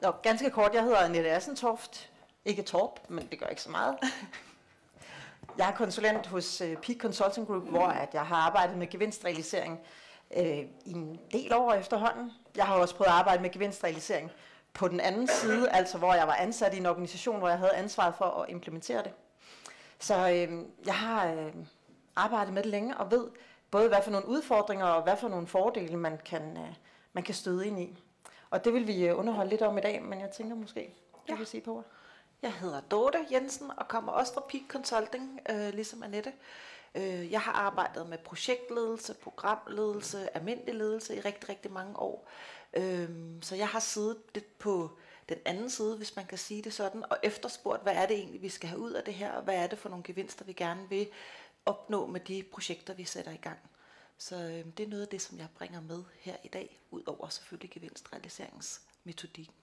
Ganske kort, jeg hedder Annette Assentoft. Ikke Torp, men det gør ikke så meget. Jeg er konsulent hos Peak Consulting Group, hvor jeg har arbejdet med gevinstrealisering i en del år efterhånden. Jeg har også prøvet at arbejde med gevinstrealisering på den anden side, altså hvor jeg var ansat i en organisation, hvor jeg havde ansvaret for at implementere det. Så jeg har arbejdet med det længe og ved både, hvad for nogle udfordringer og hvad for nogle fordele, man kan støde ind i. Og det vil vi underholde lidt om i dag, men jeg tænker måske, du vil sige på. Jeg hedder Dorte Jensen og kommer også fra Peak Consulting, ligesom Annette. Jeg har arbejdet med projektledelse, programledelse, almindelig ledelse i rigtig, rigtig mange år. Så jeg har siddet lidt på den anden side, hvis man kan sige det sådan, og efterspurgt, hvad er det egentlig, vi skal have ud af det her, og hvad er det for nogle gevinster, vi gerne vil opnå med de projekter, vi sætter i gang. Så det er noget af det, som jeg bringer med her i dag, ud over selvfølgelig gevinstrealiseringsmetodik.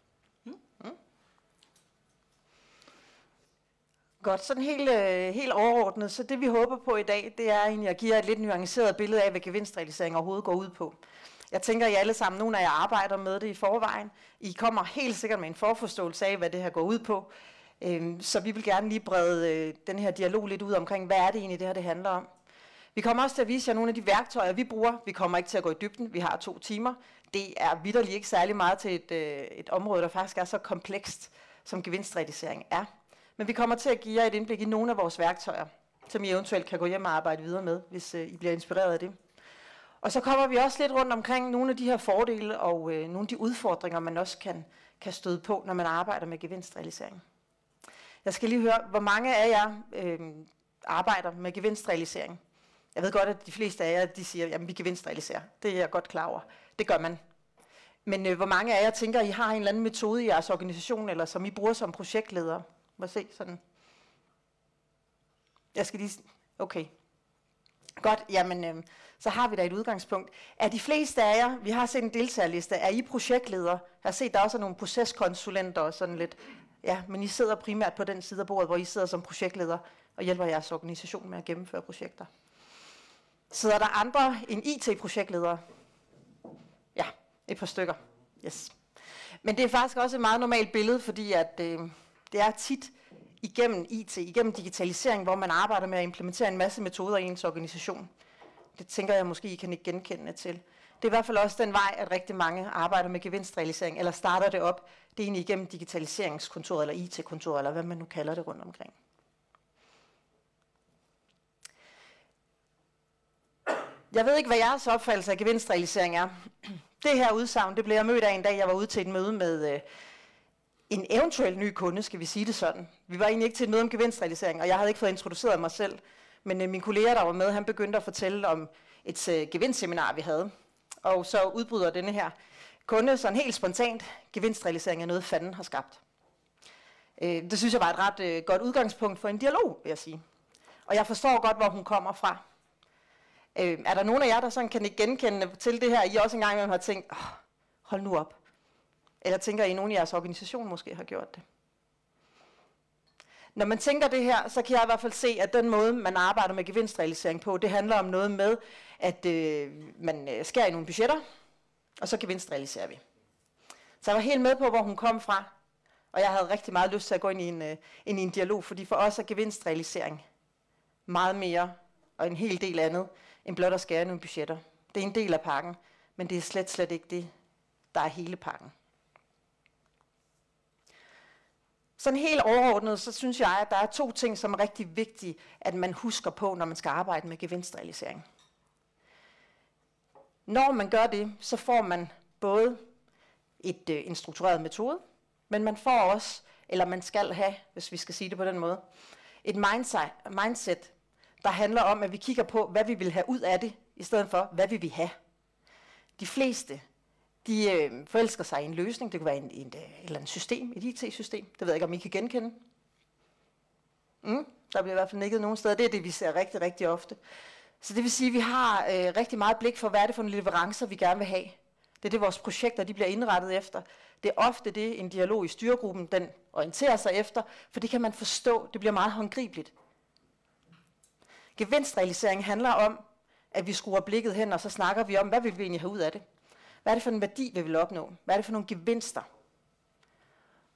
Godt, sådan helt overordnet. Så det vi håber på i dag, det er egentlig at give jer et lidt nuanceret billede af, hvad gevinstrealisering overhovedet går ud på. Jeg tænker, at I alle sammen, nogle af jer arbejder med det i forvejen. I kommer helt sikkert med en forforståelse af, hvad det her går ud på. Så vi vil gerne lige brede den her dialog lidt ud omkring, hvad er det egentlig, det her det handler om. Vi kommer også til at vise jer nogle af de værktøjer, vi bruger. Vi kommer ikke til at gå i dybden. Vi har 2 timer. Det er vitterligt ikke særlig meget til et område, der faktisk er så komplekst, som gevinstrealisering er. Men vi kommer til at give jer et indblik i nogle af vores værktøjer, som I eventuelt kan gå hjem og arbejde videre med, hvis I bliver inspireret af det. Og så kommer vi også lidt rundt omkring nogle af de her fordele og nogle af de udfordringer, man også kan støde på, når man arbejder med gevinstrealisering. Jeg skal lige høre, hvor mange af jer arbejder med gevinstrealisering? Jeg ved godt, at de fleste af jer de siger, at vi gevinstrealiserer. Det er jeg godt klar over. Det gør man. Men hvor mange af jer tænker, at I har en eller anden metode i jeres organisation, eller som I bruger som projektledere? Må se sådan. Jeg skal lige... Okay. Godt, jamen, så har vi da et udgangspunkt. Er de fleste af jer, vi har set en deltagerliste, er I projektledere? Jeg har set, der også er nogle proceskonsulenter og sådan lidt. Ja, men I sidder primært på den side af bordet, hvor I sidder som projektleder og hjælper jeres organisation med at gennemføre projekter. Sidder der andre end IT-projektledere? Ja, et par stykker. Yes. Men det er faktisk også et meget normalt billede, fordi at, det er tit igennem IT, igennem digitalisering, hvor man arbejder med at implementere en masse metoder i ens organisation. Det tænker jeg måske, I kan ikke genkende til. Det er i hvert fald også den vej, at rigtig mange arbejder med gevinstrealisering, eller starter det op. Det er egentlig igennem digitaliseringskontoret, eller IT-kontoret, eller hvad man nu kalder det rundt omkring. Jeg ved ikke, hvad jeres opfattelse af gevinstrealisering er. Det her udsagn, det blev jeg mødt af en dag, jeg var ude til et møde med en eventuel ny kunde, skal vi sige det sådan. Vi var egentlig ikke til et møde om gevinstrealisering, og jeg havde ikke fået introduceret mig selv. Men min kollega, der var med, han begyndte at fortælle om et gevinstseminar, vi havde. Og så udbryder denne her kunde sådan helt spontant, gevinstrealisering er noget, fanden har skabt. Det synes jeg var et ret godt udgangspunkt for en dialog, vil jeg sige. Og jeg forstår godt, hvor hun kommer fra. Er der nogen af jer, der sådan kan ikke genkende til det her, I også engang har tænkt, hold nu op. Eller tænker I, nogen i jeres organisation måske har gjort det? Når man tænker det her, så kan jeg i hvert fald se, at den måde, man arbejder med gevinstrealisering på, det handler om noget med, at man skærer i nogle budgetter, og så gevinstrealiserer vi. Så jeg var helt med på, hvor hun kom fra, og jeg havde rigtig meget lyst til at gå ind i en dialog, fordi for os er gevinstrealisering meget mere og en hel del andet, end blot at skære i nogle budgetter. Det er en del af pakken, men det er slet ikke det, der er hele pakken. Sådan helt overordnet, så synes jeg, at der er 2 ting, som er rigtig vigtige, at man husker på, når man skal arbejde med gevinstrealisering. Når man gør det, så får man både en struktureret metode, men man får også, eller man skal have, hvis vi skal sige det på den måde, et mindset, der handler om, at vi kigger på, hvad vi vil have ud af det, i stedet for, hvad vi vil have. De fleste, de forelsker sig i en løsning. Det kunne være et eller andet system, et IT-system. Det ved jeg ikke, om I kan genkende. Der bliver i hvert fald nikket nogle steder. Det er det, vi ser rigtig, rigtig ofte. Så det vil sige, at vi har rigtig meget blik for, hvad er det for nogle leverancer, vi gerne vil have. Det er det, vores projekter de bliver indrettet efter. Det er ofte det, en dialog i styregruppen den orienterer sig efter, for det kan man forstå. Det bliver meget håndgribeligt. Gevinstrealisering handler om, at vi skruer blikket hen, og så snakker vi om, hvad vil vi egentlig have ud af det? Hvad er det for en værdi, vi vil opnå? Hvad er det for nogle gevinster?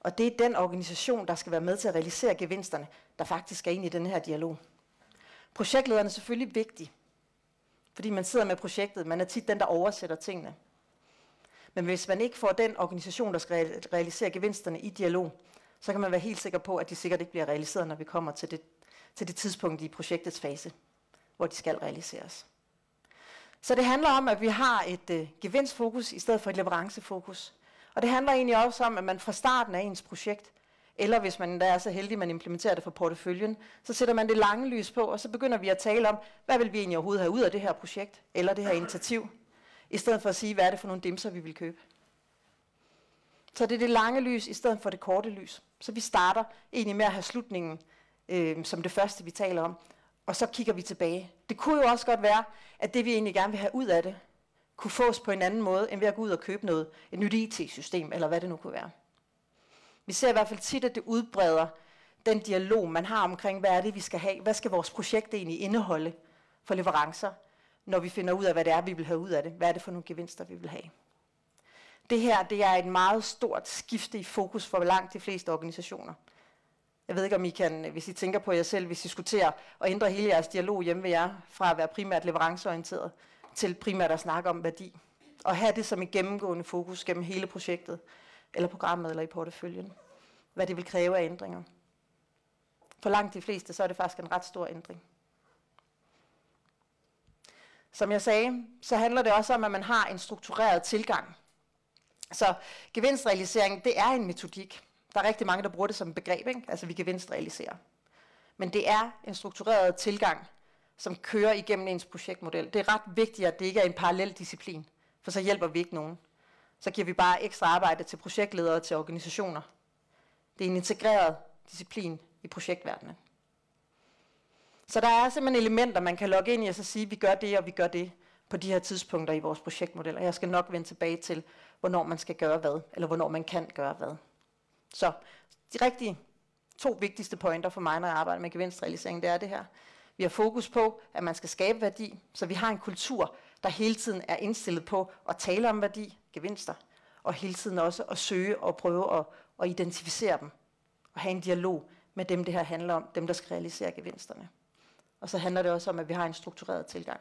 Og det er den organisation, der skal være med til at realisere gevinsterne, der faktisk er inde i den her dialog. Projektlederen er selvfølgelig vigtig, fordi man sidder med projektet. Man er tit den, der oversætter tingene. Men hvis man ikke får den organisation, der skal realisere gevinsterne i dialog, så kan man være helt sikker på, at de sikkert ikke bliver realiseret, når vi kommer til det tidspunkt i projektets fase, hvor de skal realiseres. Så det handler om, at vi har et gevinstfokus i stedet for et leverancefokus. Og det handler egentlig også om, at man fra starten af ens projekt, eller hvis man der er så heldig, at man implementerer det for porteføljen, så sætter man det lange lys på, og så begynder vi at tale om, hvad vil vi egentlig overhovedet have ud af det her projekt, eller det her initiativ, i stedet for at sige, hvad er det for nogle dimser, vi vil købe. Så det er det lange lys, i stedet for det korte lys. Så vi starter egentlig med at have slutningen som det første, vi taler om, og så kigger vi tilbage. Det kunne jo også godt være, at det vi egentlig gerne vil have ud af det, kunne fås på en anden måde, end ved at gå ud og købe noget, et nyt IT-system, eller hvad det nu kunne være. Vi ser i hvert fald tit, at det udbreder den dialog, man har omkring, hvad er det, vi skal have, hvad skal vores projekt egentlig indeholde for leverancer, når vi finder ud af, hvad det er, vi vil have ud af det, hvad er det for nogle gevinster, vi vil have. Det her, det er et meget stort skifte i fokus for langt de fleste organisationer. Jeg ved ikke, om I kan, hvis I tænker på jer selv, hvis I skulle til at ændre hele jeres dialog hjemme ved jer, fra at være primært leveranceorienteret, til primært at snakke om værdi. Og have det som et gennemgående fokus gennem hele projektet, eller programmet, eller i porteføljen. Hvad det vil kræve af ændringer. For langt de fleste, så er det faktisk en ret stor ændring. Som jeg sagde, så handler det også om, at man har en struktureret tilgang. Så gevinstrealisering, det er en metodik. Der er rigtig mange, der bruger det som begreb, ikke? Altså vi gevinstrealiserer. Men det er en struktureret tilgang, som kører igennem ens projektmodel. Det er ret vigtigt, at det ikke er en parallel disciplin, for så hjælper vi ikke nogen. Så giver vi bare ekstra arbejde til projektledere og til organisationer. Det er en integreret disciplin i projektverdenen. Så der er simpelthen elementer, man kan logge ind i og så sige, at vi gør det og vi gør det på de her tidspunkter i vores projektmodel. Og jeg skal nok vende tilbage til, hvornår man skal gøre hvad, eller hvornår man kan gøre hvad. Så de rigtige 2 vigtigste pointer for mig, når jeg arbejder med gevinstrealisering, det er det her. Vi har fokus på, at man skal skabe værdi, så vi har en kultur, der hele tiden er indstillet på at tale om værdi, gevinster, og hele tiden også at søge og prøve at identificere dem, og have en dialog med dem, det her handler om, dem, der skal realisere gevinsterne. Og så handler det også om, at vi har en struktureret tilgang.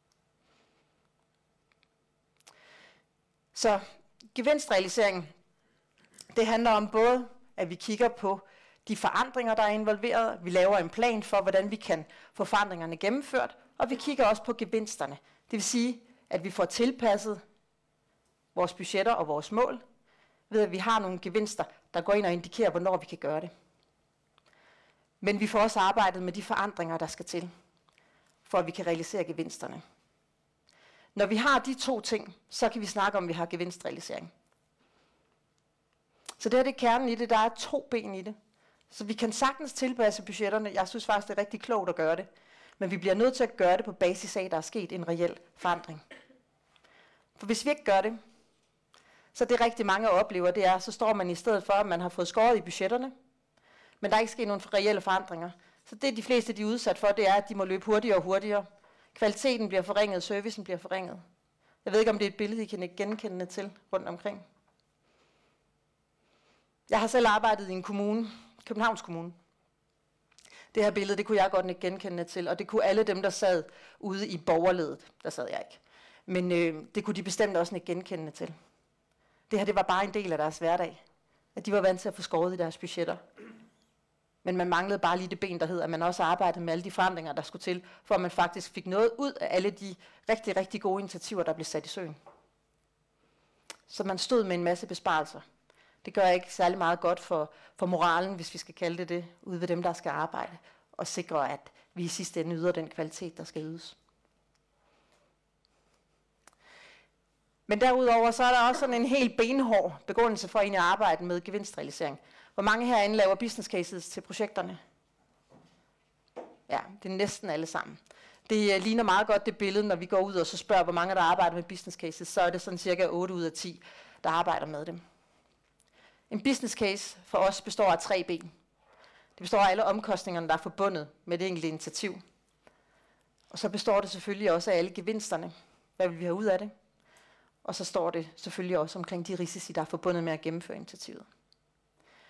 Så gevinstrealisering, det handler om både, at vi kigger på de forandringer, der er involveret. Vi laver en plan for, hvordan vi kan få forandringerne gennemført, og vi kigger også på gevinsterne. Det vil sige, at vi får tilpasset vores budgetter og vores mål, ved at vi har nogle gevinster, der går ind og indikerer, hvornår vi kan gøre det. Men vi får også arbejdet med de forandringer, der skal til, for at vi kan realisere gevinsterne. Når vi har de 2 ting, så kan vi snakke om, at vi har gevinstrealisering. Så det her det er kernen i det. Der er 2 ben i det. Så vi kan sagtens tilpasse budgetterne. Jeg synes faktisk, det er rigtig klogt at gøre det. Men vi bliver nødt til at gøre det på basis af, at der er sket en reel forandring. For hvis vi ikke gør det, så det rigtig mange oplever, det er, så står man i stedet for, at man har fået skåret i budgetterne, men der er ikke sket nogen reelle forandringer. Så det de fleste de er udsat for, det er, at de må løbe hurtigere og hurtigere. Kvaliteten bliver forringet, servicen bliver forringet. Jeg ved ikke, om det er et billede, I kan genkende til rundt omkring. Jeg har selv arbejdet i en kommune, Københavns Kommune. Det her billede, det kunne jeg godt genkende til, og det kunne alle dem, der sad ude i borgerledet. Der sad jeg ikke. Men det kunne de bestemt også ikke genkende til. Det her, det var bare en del af deres hverdag. At de var vant til at få skåret i deres budgetter. Men man manglede bare lige det ben, der hed, at man også arbejdede med alle de forandringer, der skulle til, for at man faktisk fik noget ud af alle de rigtig, rigtig gode initiativer, der blev sat i søen. Så man stod med en masse besparelser. Det gør ikke særlig meget godt for moralen, hvis vi skal kalde det, ude ved dem, der skal arbejde, og sikre, at vi i sidste ende yder den kvalitet, der skal ydes. Men derudover så er der også sådan en helt benhård begrundelse for at arbejde med gevinstrealisering. Hvor mange herinde laver business cases til projekterne? Ja, det er næsten alle sammen. Det ligner meget godt det billede, når vi går ud og så spørger, hvor mange der arbejder med business cases, så er det sådan cirka 8 ud af 10, der arbejder med dem. En business case for os består af 3 ben. Det består af alle omkostningerne, der er forbundet med det enkelte initiativ. Og så består det selvfølgelig også af alle gevinsterne. Hvad vil vi have ud af det? Og så står det selvfølgelig også omkring de risici, der er forbundet med at gennemføre initiativet.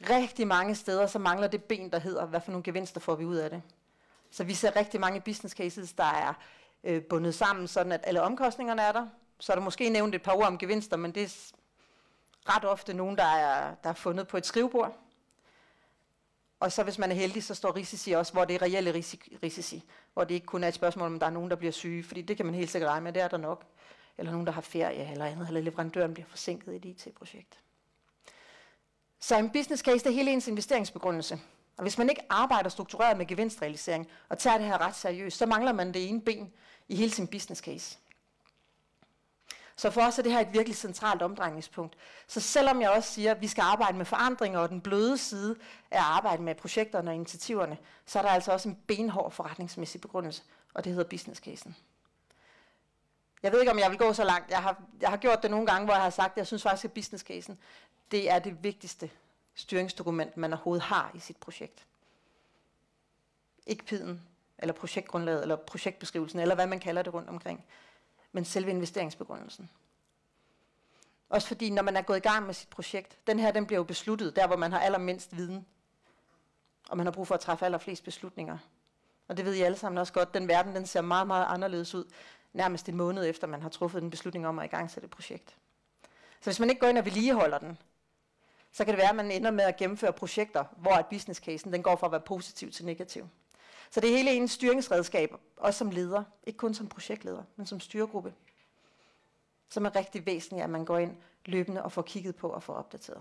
Rigtig mange steder, så mangler det ben, der hedder, hvad for nogle gevinster får vi ud af det. Så vi ser rigtig mange business cases, der er bundet sammen, sådan at alle omkostningerne er der. Så er der måske nævnt et par ord om gevinster, men det er ret ofte nogen, der er fundet på et skrivebord. Og så hvis man er heldig, så står risici også, hvor det er reelle risici. Hvor det ikke kun er et spørgsmål, om der er nogen, der bliver syge, fordi det kan man helt sikkert regne med, det er der nok. Eller nogen, der har ferie eller andet, eller leverandøren bliver forsinket i et IT-projekt. Så en business case, det er hele ens investeringsbegrundelse. Og hvis man ikke arbejder struktureret med gevinstrealisering og tager det her ret seriøst, så mangler man det ene ben i hele sin business case. Så for os er det her et virkelig centralt omdrejningspunkt. Så selvom jeg også siger, at vi skal arbejde med forandringer og den bløde side af at arbejde med projekterne og initiativerne, så er der altså også en benhård forretningsmæssig begrundelse, og det hedder business casen. Jeg ved ikke, om jeg vil gå så langt. Jeg har gjort det nogle gange, hvor jeg har sagt, at jeg synes faktisk, at business casen, det er det vigtigste styringsdokument, man overhovedet har i sit projekt. Ikke PID'en, eller projektgrundlaget, eller projektbeskrivelsen, eller hvad man kalder det rundt omkring, men selve investeringsbegrundelsen. Også fordi, når man er gået i gang med sit projekt, den bliver jo besluttet, der hvor man har allermindst viden, og man har brug for at træffe allerflest beslutninger. Og det ved I alle sammen også godt, den verden den ser meget, meget anderledes ud, nærmest en måned efter man har truffet en beslutning om at igangsætte et projekt. Så hvis man ikke går ind og vedligeholder den, så kan det være, at man ender med at gennemføre projekter, hvor at business casen den går fra at være positiv til negativ. Så det er hele ens styringsredskab, også som leder, ikke kun som projektleder, men som styregruppe, som er rigtig væsentligt, at man går ind løbende og får kigget på og får opdateret.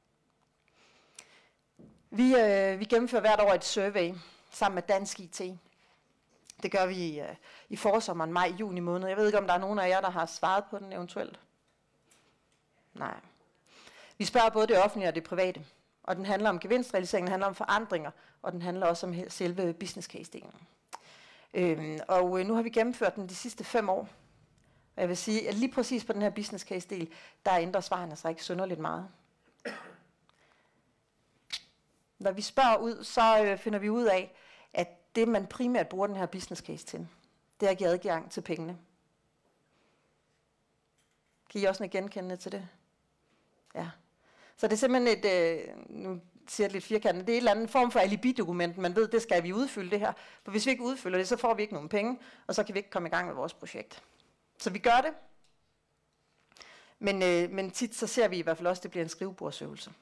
Vi gennemfører hvert år et survey sammen med Dansk IT. Det gør vi i forsommeren, maj-juni måned. Jeg ved ikke, om der er nogen af jer, der har svaret på den eventuelt. Nej. Vi spørger både det offentlige og det private. Og den handler om gevinstrealisering, den handler om forandringer, og den handler også om selve business case-delen. Og nu har vi gennemført den de sidste 5 år. Og jeg vil sige, at lige præcis på den her business case-del, der ændrer svarene sig ikke synderligt meget. Når vi spørger ud, så finder vi ud af, at det man primært bruger den her business case til, det er at give adgang til pengene. Kan I også genkende til det? Ja. Så det er simpelthen nu siger jeg lidt firkantet, det er en eller anden form for alibi-dokument, man ved, det skal vi udfylde det her. For hvis vi ikke udfylder det, så får vi ikke nogen penge, og så kan vi ikke komme i gang med vores projekt. Så vi gør det, men tit så ser vi i hvert fald også, at det bliver en skrivebordsøvelse.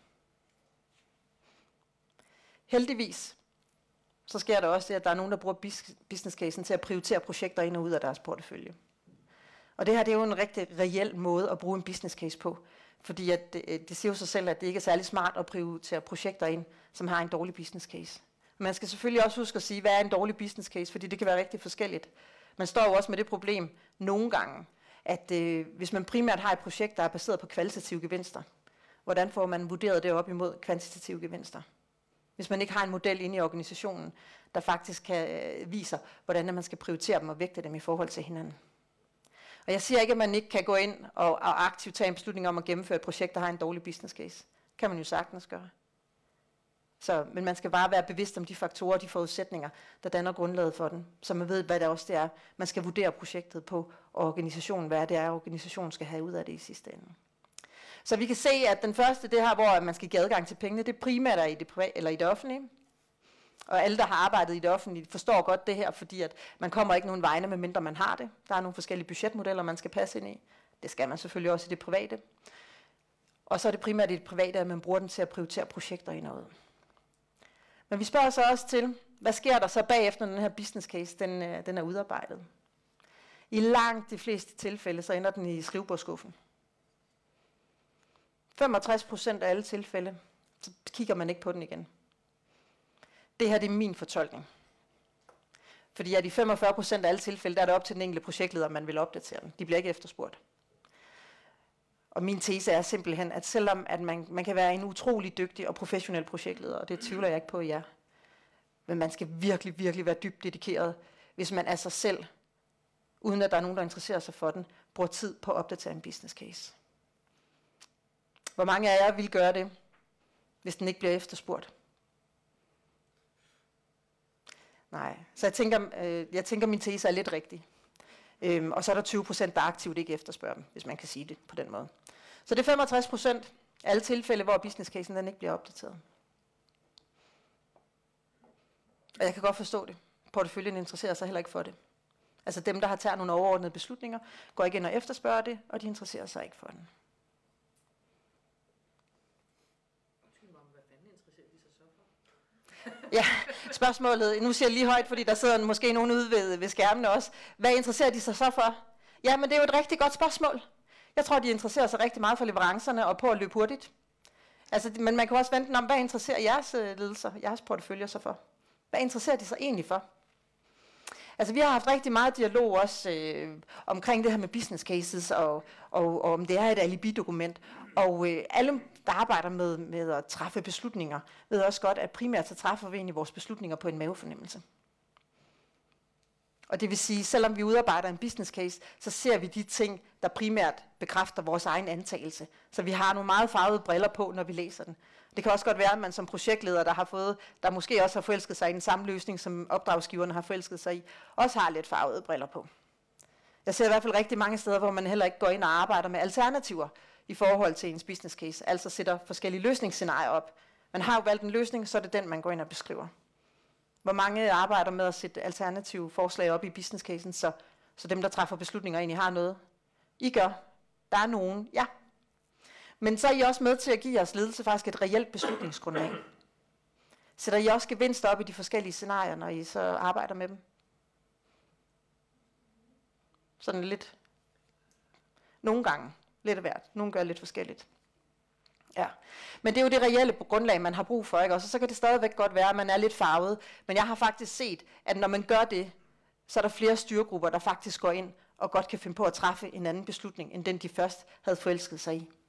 Heldigvis, så sker der også det, at der er nogen, der bruger business casen til at prioritere projekter ind og ud af deres portefølje. Og det her, det er jo en rigtig reel måde at bruge en business case på. Fordi at det siger jo sig selv, at det ikke er særlig smart at prioritere projekter ind, som har en dårlig business case. Man skal selvfølgelig også huske at sige, hvad er en dårlig business case, fordi det kan være rigtig forskelligt. Man står jo også med det problem nogle gange, at hvis man primært har et projekt, der er baseret på kvalitative gevinster, hvordan får man vurderet det op imod kvantitative gevinster? Hvis man ikke har en model inde i organisationen, der faktisk viser, hvordan man skal prioritere dem og vægte dem i forhold til hinanden. Og jeg siger ikke, at man ikke kan gå ind og aktivt tage en beslutning om at gennemføre et projekt, der har en dårlig business case. Kan man jo sagtens gøre. Men man skal bare være bevidst om de faktorer og de forudsætninger, der danner grundlaget for den. Så man ved, hvad det også er, man skal vurdere projektet på, og organisationen, hvad det er, organisationen skal have ud af det i sidste ende. Så vi kan se, at den første, det her, hvor man skal give adgang til pengene, det primært er i det private eller i det offentlige. Og alle, der har arbejdet i det offentlige, forstår godt det her, fordi at man kommer ikke nogen vegne, medmindre man har det. Der er nogle forskellige budgetmodeller, man skal passe ind i. Det skal man selvfølgelig også i det private. Og så er det primært i det private, at man bruger den til at prioritere projekter ind og ud. Men vi spørger så også til, hvad sker der så bagefter, når den her business case den er udarbejdet? I langt de fleste tilfælde, så ender den i skrivebordsskuffen. 65% af alle tilfælde, så kigger man ikke på den igen. Det her det er min fortolkning. Fordi at i 45% af alle tilfælde, der er det op til den enkelte projektleder, man vil opdatere den. De bliver ikke efterspurgt. Og min tese er simpelthen, at selvom at man kan være en utrolig dygtig og professionel projektleder, og det tvivler jeg ikke på jer, men man skal virkelig, virkelig være dybt dedikeret, hvis man af sig selv, uden at der er nogen, der interesserer sig for den, bruger tid på at opdatere en business case. Hvor mange af jer vil gøre det, hvis den ikke bliver efterspurgt? Nej, så jeg tænker min tese er lidt rigtig. Og så er der 20%, der aktivt ikke efterspørger dem, hvis man kan sige det på den måde. Så det er 65% af alle tilfælde, hvor business casen den ikke bliver opdateret. Og jeg kan godt forstå det. Porteføljen interesserer sig heller ikke for det. Altså dem, der har taget nogle overordnede beslutninger, går ikke ind og efterspørger det, og de interesserer sig ikke for den. Ja, spørgsmålet, nu siger jeg lige højt, fordi der sidder måske nogen ude ved skærmene også. Hvad interesserer de sig så for? Ja, men det er jo et rigtig godt spørgsmål. Jeg tror, de interesserer sig rigtig meget for leverancerne og på at løbe hurtigt. Altså, men man kan også vente om, hvad interesserer jeres ledelser, jeres porteføljer sig for? Hvad interesserer de sig egentlig for? Altså, vi har haft rigtig meget dialog også omkring det her med business cases, og om det er et alibi-dokument. Og alle, der arbejder med at træffe beslutninger, ved også godt, at primært så træffer vi egentlig vores beslutninger på en mavefornemmelse. Og det vil sige, selvom vi udarbejder en business case, så ser vi de ting, der primært bekræfter vores egen antagelse. Så vi har nogle meget farvede briller på, når vi læser den. Det kan også godt være, at man som projektleder, der måske også har forelsket sig i den samme løsning, som opdragsgiverne har forelsket sig i, også har lidt farvede briller på. Jeg ser i hvert fald rigtig mange steder, hvor man heller ikke går ind og arbejder med alternativer i forhold til ens business case, altså sætter forskellige løsningsscenarier op. Man har jo valgt en løsning, så er det den, man går ind og beskriver. Hvor mange arbejder med at sætte alternative forslag op i business casen, så dem, der træffer beslutninger, egentlig har noget? I gør. Der er nogen, ja. Men så er I også med til at give jeres ledelse faktisk et reelt beslutningsgrundlag. Sætter I også gevinster op i de forskellige scenarier, når I så arbejder med dem? Sådan lidt. Nogle gange lidt af hvert. Nogle gør lidt forskelligt. Ja. Men det er jo det reelle grundlag, man har brug for, ikke? Og så kan det stadigvæk godt være, at man er lidt farvet. Men jeg har faktisk set, at når man gør det, så er der flere styregrupper, der faktisk går ind og godt kan finde på at træffe en anden beslutning, end den de først havde forelsket sig i.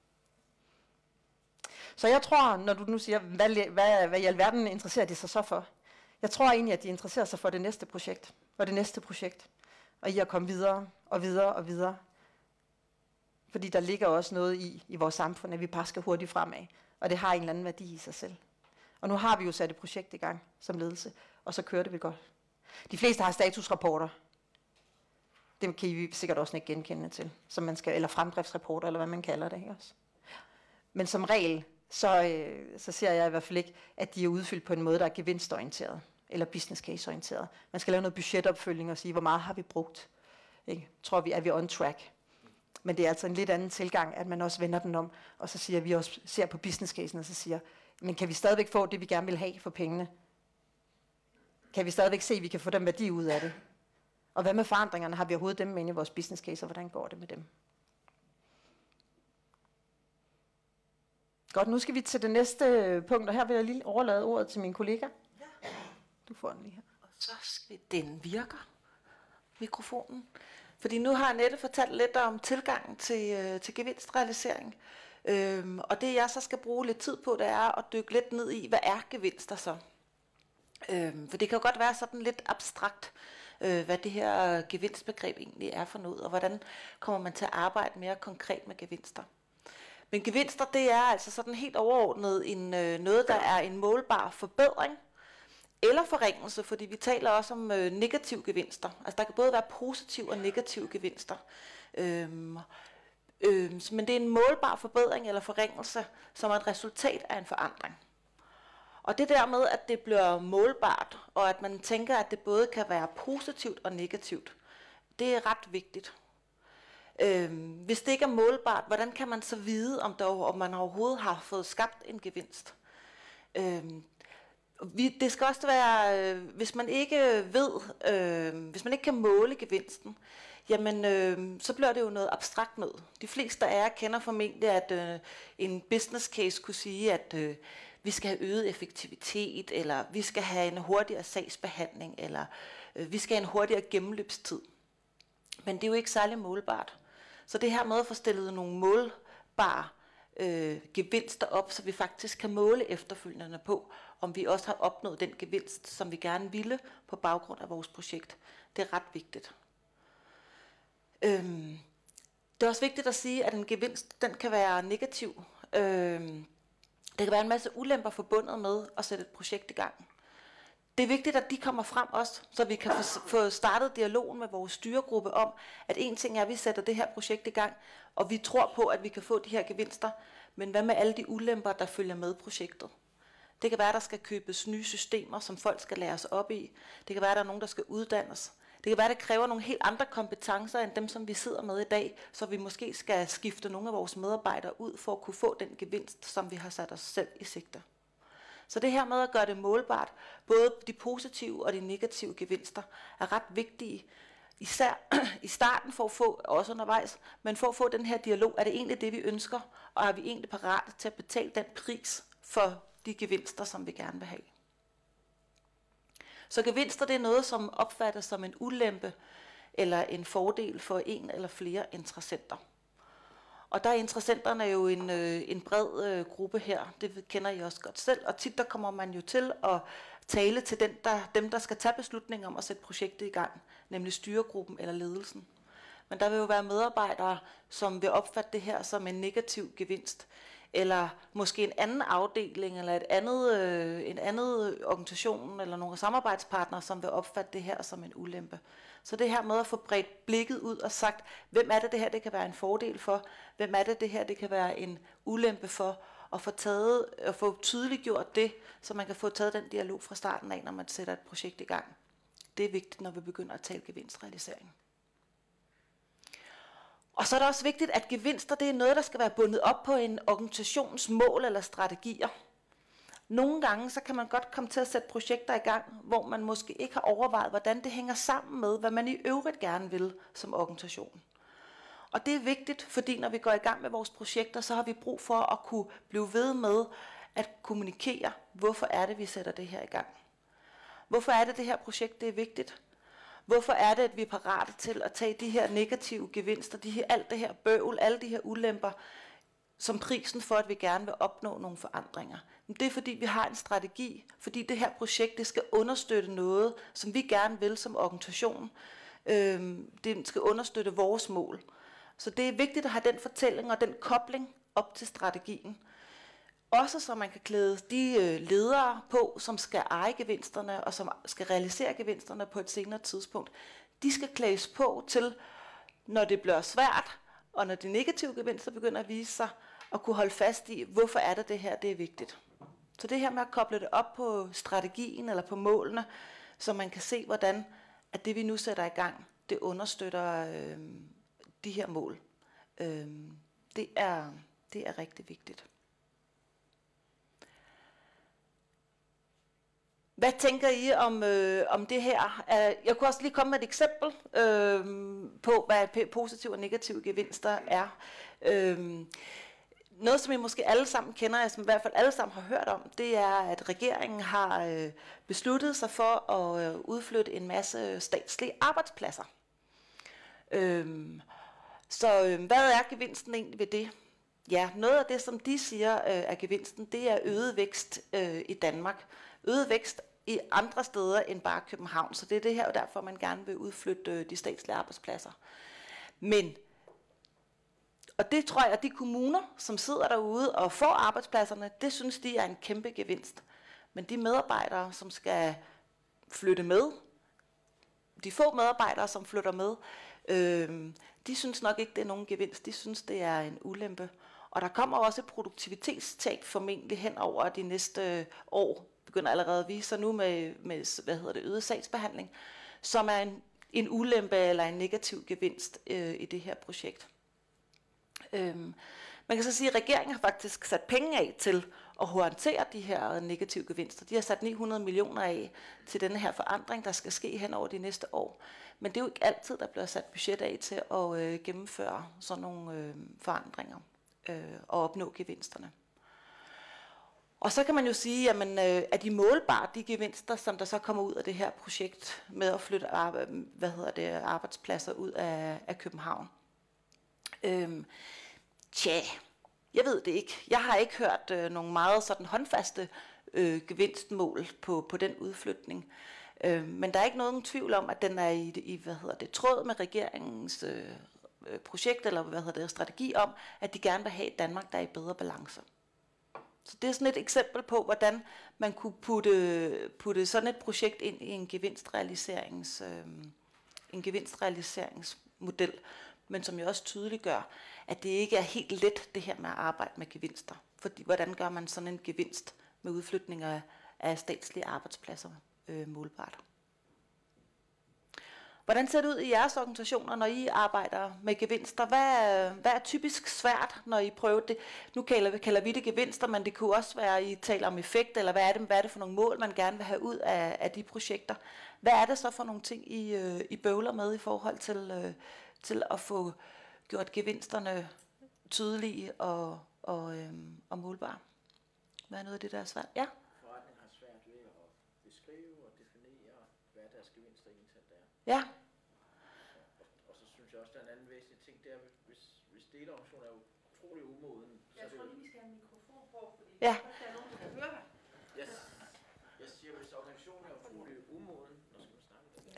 Så jeg tror, når du nu siger, hvad i alverden interesserer de sig så for? Jeg tror egentlig, at de interesserer sig for det næste projekt, og det næste projekt. Og i at komme videre, og videre, og videre. Fordi der ligger også noget i vores samfund, at vi bare skal hurtigt fremad. Og det har en eller anden værdi i sig selv. Og nu har vi jo sat et projekt i gang som ledelse, og så kører det vel godt. De fleste har statusrapporter. Det kan I sikkert også ikke genkende til. Som man skal, eller fremdriftsrapporter, eller hvad man kalder det. Ikke også? Men som regel, så ser jeg i hvert fald ikke, at de er udfyldt på en måde, der er gevinstorienteret. Eller business case orienteret. Man skal lave noget budgetopfølging og sige, hvor meget har vi brugt. Ikke? Tror vi, er vi on track? Men det er altså en lidt anden tilgang, at man også vender den om, og så siger vi også, ser på business casen, og så siger, men kan vi stadigvæk få det, vi gerne vil have for pengene? Kan vi stadigvæk se, at vi kan få den værdi ud af det? Og hvad med forandringerne? Har vi overhovedet dem med i vores business case, og hvordan går det med dem? Godt, nu skal vi til det næste punkt, og her vil jeg lige overlade ordet til min kollega. Ja. Du får den lige her. Og så skal den virker, mikrofonen. Fordi nu har Annette fortalt lidt om tilgangen til gevinstrealisering. Og det jeg så skal bruge lidt tid på, det er at dykke lidt ned i, hvad er gevinster så? For det kan jo godt være sådan lidt abstrakt, hvad det her gevinstbegreb egentlig er for noget, og hvordan kommer man til at arbejde mere konkret med gevinster. Men gevinster, det er altså sådan helt overordnet noget, der er en målbar forbedring, eller forringelse, fordi vi taler også om negative gevinster. Altså der kan både være positive og negative gevinster. Men det er en målbar forbedring eller forringelse, som er et resultat af en forandring. Og det der med, at det bliver målbart, og at man tænker, at det både kan være positivt og negativt, det er ret vigtigt. Hvis det ikke er målbart, hvordan kan man så vide, om man overhovedet har fået skabt en gevinst? Det skal også være, hvis man ikke ved, hvis man ikke kan måle gevinsten, jamen så bliver det jo noget abstrakt noget. De fleste af jer kender formentlig, at en business case kunne sige, at vi skal have øget effektivitet, eller vi skal have en hurtigere sagsbehandling, eller vi skal have en hurtigere gennemløbstid. Men det er jo ikke særlig målbart. Så det her med at få stillet nogle målbare gevinster op, så vi faktisk kan måle efterfølgende på, om vi også har opnået den gevinst, som vi gerne ville på baggrund af vores projekt. Det er ret vigtigt. Det er også vigtigt at sige, at en gevinst, den kan være negativ. Der kan være en masse ulemper forbundet med at sætte et projekt i gang. Det er vigtigt, at de kommer frem også, så vi kan få startet dialogen med vores styregruppe om, at en ting er, at vi sætter det her projekt i gang, og vi tror på, at vi kan få de her gevinster, men hvad med alle de ulemper, der følger med projektet? Det kan være, at der skal købes nye systemer, som folk skal læres op i. Det kan være, at der er nogen, der skal uddannes. Det kan være, at det kræver nogle helt andre kompetencer, end dem, som vi sidder med i dag, så vi måske skal skifte nogle af vores medarbejdere ud, for at kunne få den gevinst, som vi har sat os selv i sigte. Så det her med at gøre det målbart, både de positive og de negative gevinster, er ret vigtige. Især i starten for at få, også undervejs, men for at få den her dialog, er det egentlig det, vi ønsker, og er vi egentlig parate til at betale den pris for de gevinster, som vi gerne vil have. Så gevinster, det er noget, som opfattes som en ulempe eller en fordel for en eller flere interessenter. Og der er interessenterne jo en bred gruppe her, det kender I også godt selv, og tit der kommer man jo til at tale til dem, der skal tage beslutninger om at sætte projektet i gang, nemlig styregruppen eller ledelsen. Men der vil jo være medarbejdere, som vil opfatte det her som en negativ gevinst, eller måske en anden afdeling, eller en anden organisation, eller nogle samarbejdspartnere, som vil opfatte det her som en ulempe. Så det her med at få bredt blikket ud og sagt, hvem er det her, det kan være en fordel for, hvem er det her, det kan være en ulempe for, og få tydeliggjort det, så man kan få taget den dialog fra starten af, når man sætter et projekt i gang. Det er vigtigt, når vi begynder at tale gevinstrealisering. Og så er det også vigtigt, at gevinster, det er noget, der skal være bundet op på en organisations mål eller strategier. Nogle gange så kan man godt komme til at sætte projekter i gang, hvor man måske ikke har overvejet, hvordan det hænger sammen med, hvad man i øvrigt gerne vil som organisation. Og det er vigtigt, fordi når vi går i gang med vores projekter, så har vi brug for at kunne blive ved med at kommunikere, hvorfor er det, vi sætter det her i gang. Hvorfor er det her projekt, det er vigtigt? Hvorfor er det, at vi er parate til at tage de her negative gevinster, alt det her bøvl, alle de her ulemper, som prisen for, at vi gerne vil opnå nogle forandringer? Men det er fordi, vi har en strategi, fordi det her projekt, det skal understøtte noget, som vi gerne vil som organisation. Det skal understøtte vores mål. Så det er vigtigt at have den fortælling og den kobling op til strategien. Også så man kan klæde de ledere på, som skal eje gevinsterne og som skal realisere gevinsterne på et senere tidspunkt. De skal klædes på til, når det bliver svært, og når de negative gevinster begynder at vise sig, at kunne holde fast i, hvorfor er det her, det er vigtigt. Så det her med at koble det op på strategien eller på målene, så man kan se, hvordan at det vi nu sætter i gang, det understøtter de her mål. Det er rigtig vigtigt. Hvad tænker I om det her? Jeg kunne også lige komme med et eksempel på, hvad positive og negative gevinster er. Noget, som I måske alle sammen kender, som i hvert fald alle sammen har hørt om, det er, at regeringen har besluttet sig for at udflytte en masse statslige arbejdspladser. Så hvad er gevinsten egentlig ved det? Ja, noget af det, som de siger er gevinsten, det er øget vækst i Danmark. Øget vækst i andre steder end bare København, så det er det her, og derfor man gerne vil udflytte de statslige arbejdspladser. Men, og det tror jeg, at de kommuner, som sidder derude og får arbejdspladserne, det synes de er en kæmpe gevinst. Men de medarbejdere, som skal flytte med, de få medarbejdere, som flytter med, de synes nok ikke, det er nogen gevinst. De synes, det er en ulempe. Og der kommer også et produktivitetstab formentlig hen over de næste år, begynder allerede at vise sig nu med øget sagsbehandling, som er en ulempe eller en negativ gevinst i det her projekt. Man kan så sige, at regeringen har faktisk sat penge af til at håndtere de her negative gevinster. De har sat 900 millioner af til denne her forandring, der skal ske hen over de næste år. Men det er jo ikke altid, der bliver sat budget af til at gennemføre sådan nogle forandringer og opnå gevinsterne. Og så kan man jo sige, jamen, er de målbare, de gevinster, som der så kommer ud af det her projekt med at flytte arbejdspladser ud af København? Jeg ved det ikke. Jeg har ikke hørt nogle meget sådan håndfaste gevinstmål på den udflytning. Men der er ikke nogen tvivl om, at den er i tråd med regeringens projekt eller strategi om, at de gerne vil have et Danmark, der er i bedre balance. Så det er sådan et eksempel på, hvordan man kunne putte sådan et projekt ind i en gevinstrealiseringsmodel, men som jo også tydeliggør, at det ikke er helt let det her med at arbejde med gevinster. Fordi hvordan gør man sådan en gevinst med udflytning af statslige arbejdspladser målbart. Hvordan ser det ud i jeres organisationer, når I arbejder med gevinster? Hvad er typisk svært, når I prøver det? Nu kalder vi det gevinster, men det kunne også være, at I taler om effekt, eller hvad er det for nogle mål, man gerne vil have ud af de projekter? Hvad er det så for nogle ting, I bøvler med i forhold til at få gjort gevinsterne tydelige og målbare? Hvad er noget af det, der er svært? Ja? Forretningen har svært ved at beskrive og definere, hvad deres gevinster egentlig er. Ja. Og så synes jeg også, der er en anden væsentlig ting, det er, hvis delorganisationen er utrolig umoden. Jeg tror lige, vi skal have en mikrofon på, fordi Ja. der er nogen, der kan høre dig. Jeg siger, hvis organisationen er utrolig umoden, når skal man snakke om det?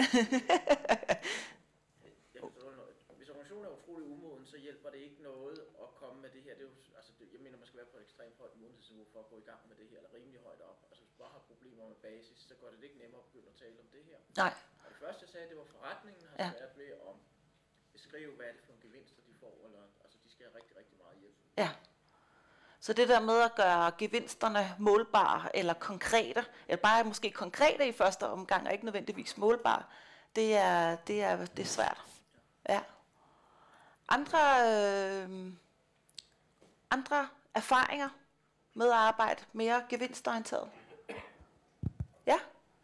Hvis organisationen er utrolig umoden, så hjælper det ikke noget at komme med det her. Det er jo, altså jeg mener, man skal være på et ekstremt højt modenhedsniveau for at gå i gang med det her, eller rimelig højt op. Altså hvis man bare har problemer med basis, så gør det ikke nemmere at begynde at tale om det her. Nej. Og det første, jeg sagde, det var forretningen har svært ved at beskrive, hvad er det for nogle gevinster, de får, eller altså de skal have rigtig, rigtig meget hjælp. Ja. Så det der med at gøre gevinsterne målbare eller konkrete, eller bare måske konkrete i første omgang, og ikke nødvendigvis målbare, det er svært. Ja. Andre erfaringer med at arbejde mere gevinstorienteret? Ja?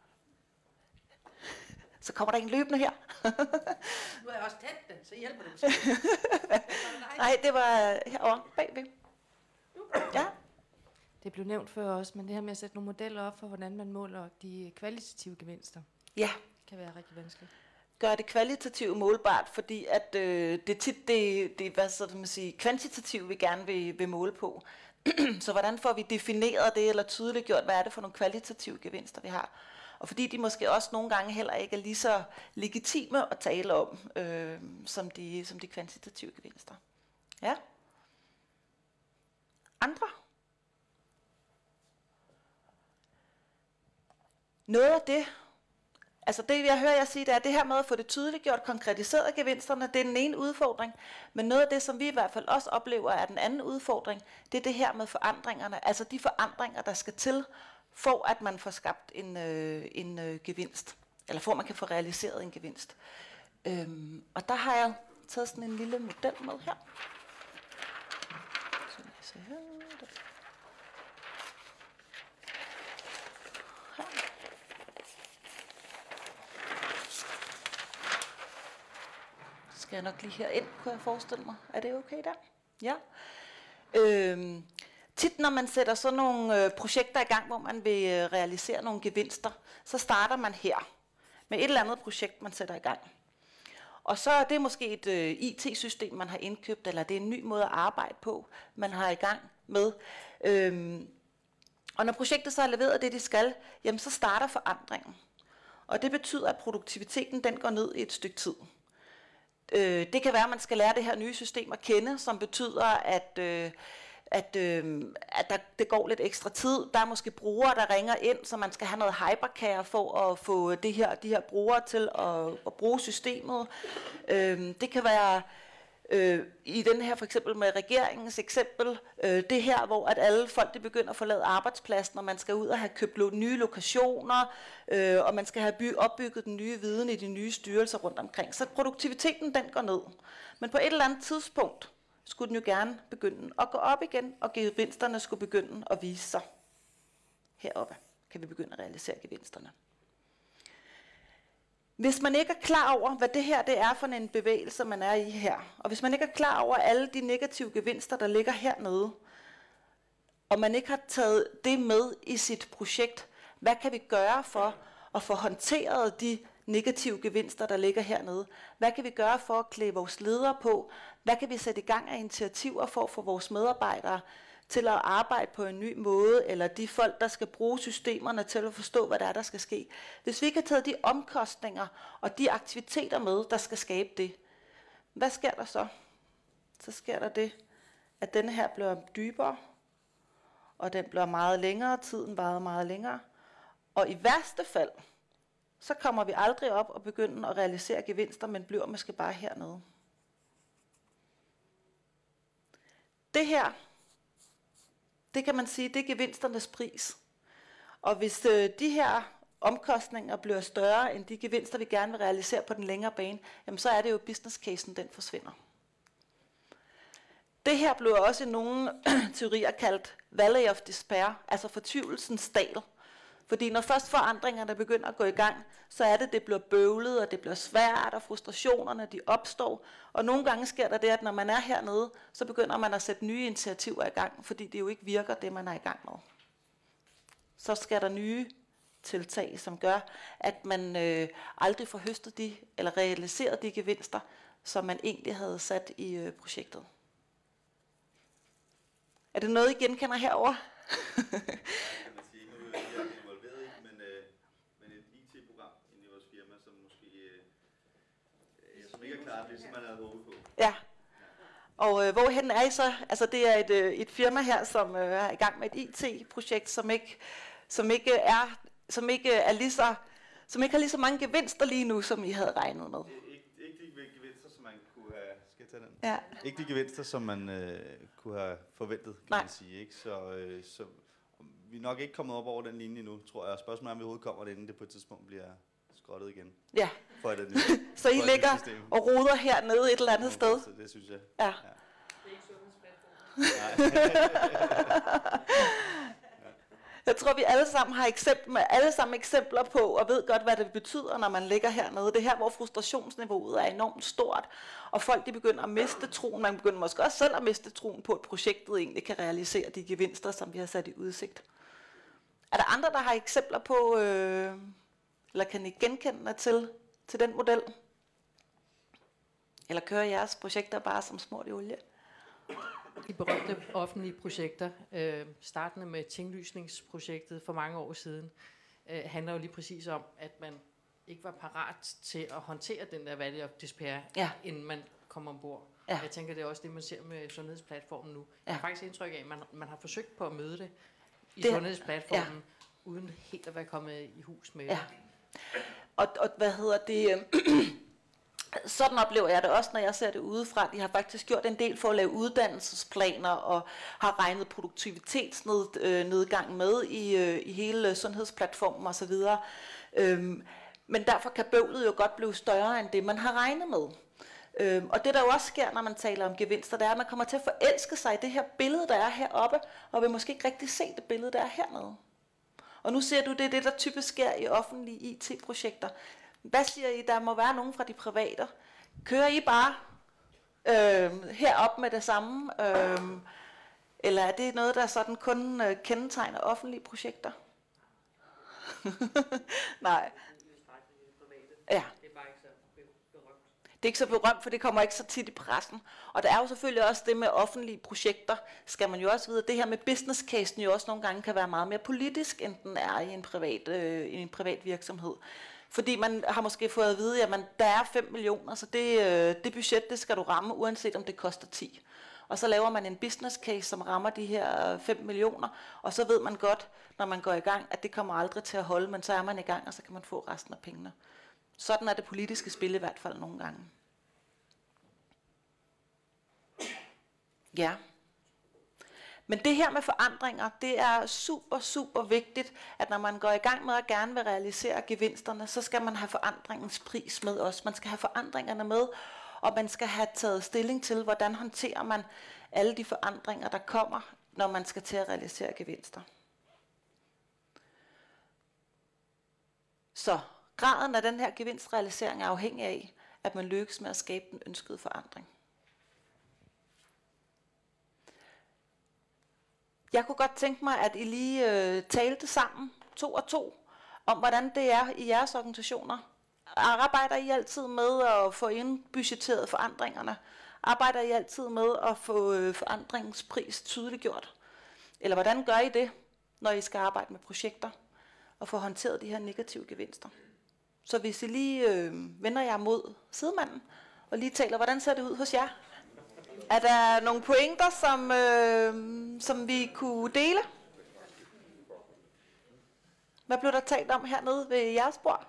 Så kommer der en løbende her. Nu har jeg også tændt den, så hjælper det måske. Nej, det var herovre bagved. Ja. Det blev nævnt før også, men det her med at sætte nogle modeller op for, hvordan man måler de kvalitative gevinster, Ja. kan være rigtig vanskeligt. Gør det kvalitativt målbart, fordi at det tit det hvad så man sige, kvantitativt vi gerne vil måle på. Så hvordan får vi defineret det eller tydeliggjort, hvad er det for nogle kvalitative gevinster vi har? Og fordi de måske også nogle gange heller ikke er lige så legitime at tale om som de kvantitative gevinster. Ja. Andre? Noget af det, altså det jeg hører jer sige, det er det her med at få det tydeliggjort, konkretiseret gevinsterne, det er den ene udfordring. Men noget af det, som vi i hvert fald også oplever, er den anden udfordring, det er det her med forandringerne. Altså de forandringer, der skal til, for at man får skabt en gevinst. Eller for at man kan få realiseret en gevinst. Og der har jeg taget sådan en lille model med her. Så lad os se her. Skal jeg nok lige herind, kunne jeg forestille mig. Er det okay der? Ja. Tit når man sætter sådan nogle projekter i gang, hvor man vil realisere nogle gevinster, så starter man her med et eller andet projekt, man sætter i gang. Og så er det måske et IT-system, man har indkøbt, eller det er en ny måde at arbejde på, man har i gang med. Og når projektet så har leveret det, de skal, jamen så starter forandringen. Og det betyder, at produktiviteten den går ned i et stykke tid. Det kan være, at man skal lære det her nye system at kende, som betyder, at det går lidt ekstra tid. Der er måske brugere, der ringer ind, så man skal have noget hypercare for at få de her brugere til at bruge systemet. Det kan være i den her for eksempel med regeringens eksempel, det her, hvor at alle folk de begynder at forlade arbejdspladsen, og man skal ud og have købt nye lokationer, og man skal have opbygget den nye viden i de nye styrelser rundt omkring. Så produktiviteten den går ned. Men på et eller andet tidspunkt skulle den jo gerne begynde at gå op igen, og gevinsterne skulle begynde at vise sig. Heroppe kan vi begynde at realisere gevinsterne. Hvis man ikke er klar over, hvad det her det er for en bevægelse, man er i her, og hvis man ikke er klar over alle de negative gevinster, der ligger hernede, og man ikke har taget det med i sit projekt, hvad kan vi gøre for at få håndteret de negative gevinster, der ligger hernede? Hvad kan vi gøre for at klæde vores ledere på? Hvad kan vi sætte i gang af initiativer for at få vores medarbejdere til at arbejde på en ny måde, eller de folk, der skal bruge systemerne til at forstå, hvad der er, der skal ske. Hvis vi ikke har taget de omkostninger og de aktiviteter med, der skal skabe det, hvad sker der så? Så sker der det, at denne her bliver dybere, og den bliver meget længere, tiden varer meget længere, og i værste fald, så kommer vi aldrig op og begynder at realisere gevinster, men bliver måske bare hernede. Det her, det kan man sige, det er gevinsternes pris. Og hvis de her omkostninger bliver større end de gevinster, vi gerne vil realisere på den længere bane, jamen så er det jo business casen, den forsvinder. Det her blev også i nogle teorier kaldt Valley of Despair, altså fortvivlelsens dal. Fordi når først forandringerne begynder at gå i gang, så er det bliver bøvlet, og det bliver svært, og frustrationerne de opstår. Og nogle gange sker der det, at når man er hernede, så begynder man at sætte nye initiativer i gang, fordi det jo ikke virker, det man er i gang med. Så skal der nye tiltag, som gør, at man aldrig får høstet de, eller realiseret de gevinster, som man egentlig havde sat i projektet. Er det noget, I genkender herover? som ikke er klart det, som man havde håbet på. Ja. Og hvorhen er I så? Altså det er et firma her, som er i gang med et IT-projekt, som ikke har lige så mange gevinster lige nu, som I havde regnet med. Ikke de gevinster, som man kunne have... Skal jeg tage den? Ja. Ikke de gevinster, som man kunne have forventet, kan man sige. Ikke? Så vi er nok ikke kommet op over den linje nu, tror jeg. Spørgsmålet er, om vi overhovedet kommer det, inden det på et tidspunkt bliver skrottet igen. Ja. For det så I ligger og roder hernede et eller andet sted? Så det synes jeg. Ja. Ja. Det er ikke sundhedsplatform. Jeg tror, vi alle sammen eksempler på, og ved godt, hvad det betyder, når man ligger hernede. Det er her, hvor frustrationsniveauet er enormt stort, og folk de begynder at miste troen. Man begynder måske også selv at miste troen på, at projektet egentlig kan realisere de gevinster, som vi har sat i udsigt. Er der andre, der har eksempler på, eller kan I genkende til den model? Eller kører jeres projekter bare som smurt i olie? De berømte offentlige projekter, startende med tinglysningsprojektet for mange år siden, handler jo lige præcis om, at man ikke var parat til at håndtere den der Valley of Despair, inden man kom ombord. Ja. Jeg tænker, det er også det, man ser med sundhedsplatformen nu. Jeg har faktisk indtryk af, at man har forsøgt på at møde det i sundhedsplatformen, uden helt at være kommet i hus med det. Og hvad hedder det... Sådan oplever jeg det også, når jeg ser det udefra. De har faktisk gjort en del for at lave uddannelsesplaner og har regnet produktivitetsnedgang med i hele sundhedsplatformen osv. Men derfor kan bøvlet jo godt blive større end det, man har regnet med. Og det der jo også sker, når man taler om gevinster, det er, at man kommer til at forelske sig i det her billede, der er heroppe, og vil måske ikke rigtig se det billede, der er hernede. Og nu ser du, det er det, der typisk sker i offentlige IT-projekter. Hvad siger I? Der må være nogen fra de private. Kører I bare herop med det samme? Eller er det noget, der sådan kun kendetegner offentlige projekter? Nej. Ja. Det er ikke så berømt, for det kommer ikke så tit i pressen. Og der er jo selvfølgelig også det med offentlige projekter, skal man jo også vide, at det her med business casen jo også nogle gange kan være meget mere politisk, end den er i en privat virksomhed. Fordi man har måske fået at vide, at der er 5 millioner, så det budget, det skal du ramme, uanset om det koster 10. Og så laver man en business case, som rammer de her 5 millioner, og så ved man godt, når man går i gang, at det kommer aldrig til at holde, men så er man i gang, og så kan man få resten af pengene. Sådan er det politiske spil i hvert fald nogle gange. Ja. Men det her med forandringer, det er super, super vigtigt, at når man går i gang med at gerne vil realisere gevinsterne, så skal man have forandringens pris med også. Man skal have forandringerne med, og man skal have taget stilling til, hvordan håndterer man alle de forandringer, der kommer, når man skal til at realisere gevinster. Så graden af den her gevinstrealisering er afhængig af, at man lykkes med at skabe den ønskede forandring. Jeg kunne godt tænke mig, at I lige talte sammen, 2 og 2, om hvordan det er i jeres organisationer. Arbejder I altid med at få indbudgetteret forandringerne? Arbejder I altid med at få forandringens pris tydeliggjort? Eller hvordan gør I det, når I skal arbejde med projekter og få håndteret de her negative gevinster? Så hvis I lige vender jer mod sidemanden og lige taler, hvordan ser det ud hos jer? Er der nogle pointer, som vi kunne dele? Hvad blev der talt om hernede ved jeres bord?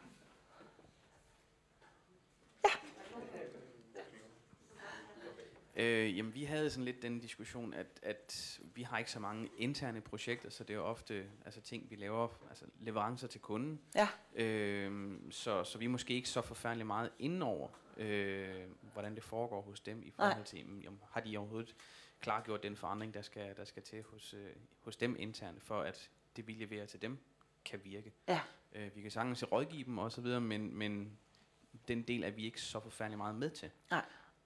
Ja. Jamen, vi havde sådan lidt den diskussion, at vi har ikke så mange interne projekter, så det er jo ofte ting, vi laver, altså leverancer til kunden. Ja. Så vi er måske ikke så forfærdeligt meget indenover, hvordan det foregår hos dem i forhold til, har de overhovedet klargjort den forandring, der skal til hos dem internt, for at det, vi leverer til dem, kan virke. Ja. Vi kan sagtens rådgive dem osv., men den del er vi ikke så forfærdeligt meget med til. Nej.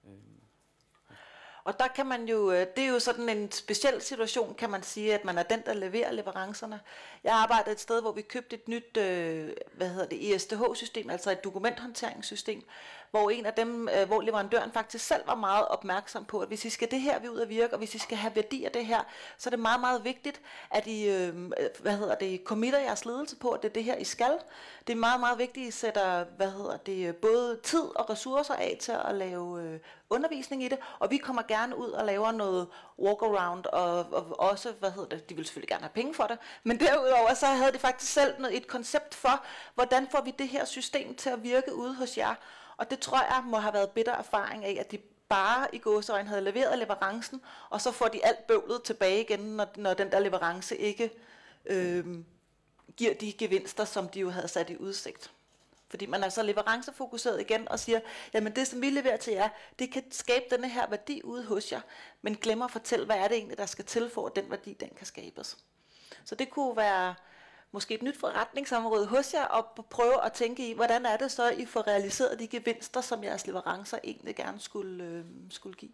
Og der kan man jo, det er jo sådan en speciel situation, kan man sige, at man er den, der leverer leverancerne. Jeg arbejdede et sted, hvor vi købte et nyt, ESDH-system, altså et dokumenthåndteringssystem, hvor en af dem, hvor leverandøren faktisk selv var meget opmærksom på, at hvis I skal det her vi ud at virke, og hvis I skal have værdi af det her, så er det meget, meget vigtigt, at I, committer jeres ledelse på, at det er det her, I skal. Det er meget, meget vigtigt, at I sætter, både tid og ressourcer af til at lave undervisning i det, og vi kommer gerne ud og laver noget walk-around, og også, de vil selvfølgelig gerne have penge for det, men derudover så havde de faktisk selv et koncept for, hvordan får vi det her system til at virke ude hos jer, og det tror jeg må have været bitter erfaring af, at de bare i gåseøjne havde leveret leverancen, og så får de alt bøvlet tilbage igen, når den der leverance ikke giver de gevinster, som de jo havde sat i udsigt. Fordi man er så leverancefokuseret igen og siger, jamen det som vi leverer til jer, det kan skabe denne her værdi ude hos jer, men glemmer at fortælle, hvad er det egentlig, der skal til for, at den værdi, den kan skabes. Så det kunne være måske et nyt forretningsområde hos jer, og prøve at tænke i, hvordan er det så, I får realiseret de gevinster, som jeres leverancer egentlig gerne skulle give.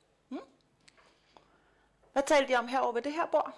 Hvad talte I om herovre ved det her bord?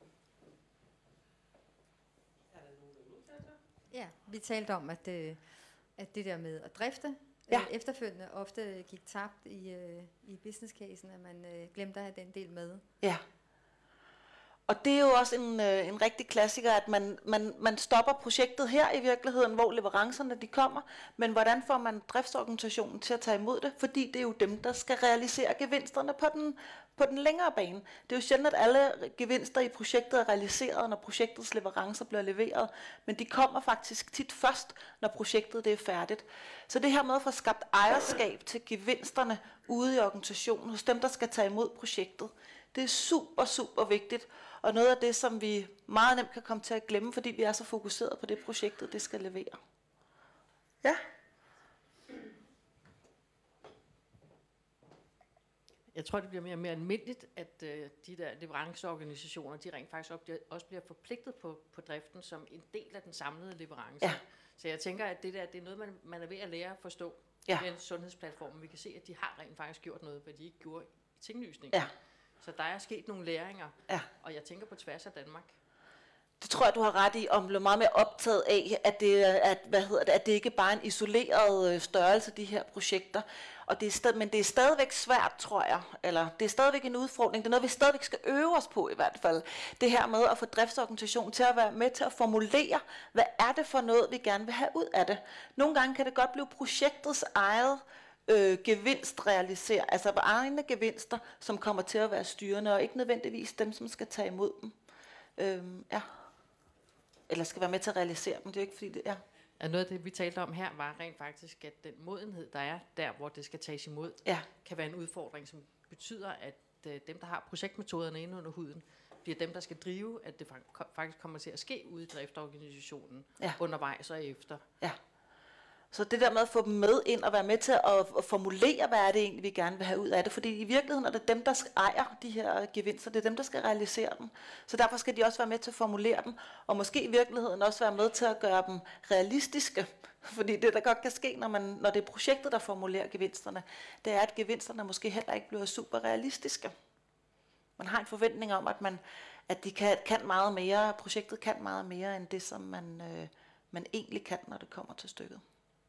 Ja, vi talte om, at det der med at drifte efterfølgende ofte gik tabt i business-casen, at man glemte at have den del med. Ja. Og det er jo også en rigtig klassiker, at man stopper projektet her i virkeligheden, hvor leverancerne de kommer, men hvordan får man driftsorganisationen til at tage imod det? Fordi det er jo dem, der skal realisere gevinsterne på den længere bane. Det er jo sjældent, at alle gevinster i projektet er realiseret, når projektets leverancer bliver leveret, men de kommer faktisk tit først, når projektet det er færdigt. Så det her med at få skabt ejerskab til gevinsterne ude i organisationen, hos dem, der skal tage imod projektet, det er super, super vigtigt, og noget af det, som vi meget nemt kan komme til at glemme, fordi vi er så fokuseret på det projektet, det skal levere. Ja? Jeg tror, det bliver mere og mere almindeligt, at de der leveranceorganisationer, de rent faktisk også bliver forpligtet på driften som en del af den samlede leverance. Ja. Så jeg tænker, at det er noget, man er ved at lære at forstå med en sundhedsplatform. Vi kan se, at de har rent faktisk gjort noget, hvad de ikke gjorde i tinglysning. Ja. Så der er sket nogle læringer, og jeg tænker på tværs af Danmark. Det tror jeg, du har ret i, om bliver meget mere optaget af, at det ikke bare er en isoleret størrelse, de her projekter. Og men det er stadigvæk svært, tror jeg, eller det er stadigvæk en udfordring. Det er noget, vi stadigvæk skal øve os på i hvert fald. Det her med at få driftsorganisationen til at være med til at formulere, hvad er det for noget, vi gerne vil have ud af det. Nogle gange kan det godt blive projektets eget gevinstrealisere, altså egne gevinster, som kommer til at være styrende, og ikke nødvendigvis dem, som skal tage imod dem. Eller skal være med til at realisere dem. Det er jo ikke fordi det er. Ja, noget af det, vi talte om her, var rent faktisk, at den modenhed, der er der, hvor det skal tages imod, kan være en udfordring, som betyder, at dem, der har projektmetoderne inde under huden, bliver dem, der skal drive, at det faktisk kommer til at ske ude i driftorganisationen undervejs og efter. Ja. Så det der med at få dem med ind og være med til at formulere, hvad er det egentlig, vi gerne vil have ud af det. Fordi i virkeligheden er det dem, der ejer de her gevinster. Det er dem, der skal realisere dem. Så derfor skal de også være med til at formulere dem. Og måske i virkeligheden også være med til at gøre dem realistiske. Fordi det, der godt kan ske, når det er projektet, der formulerer gevinsterne, det er, at gevinsterne måske heller ikke bliver super realistiske. Man har en forventning om, at de kan meget mere, projektet kan meget mere, end det, som man egentlig kan, når det kommer til stykket.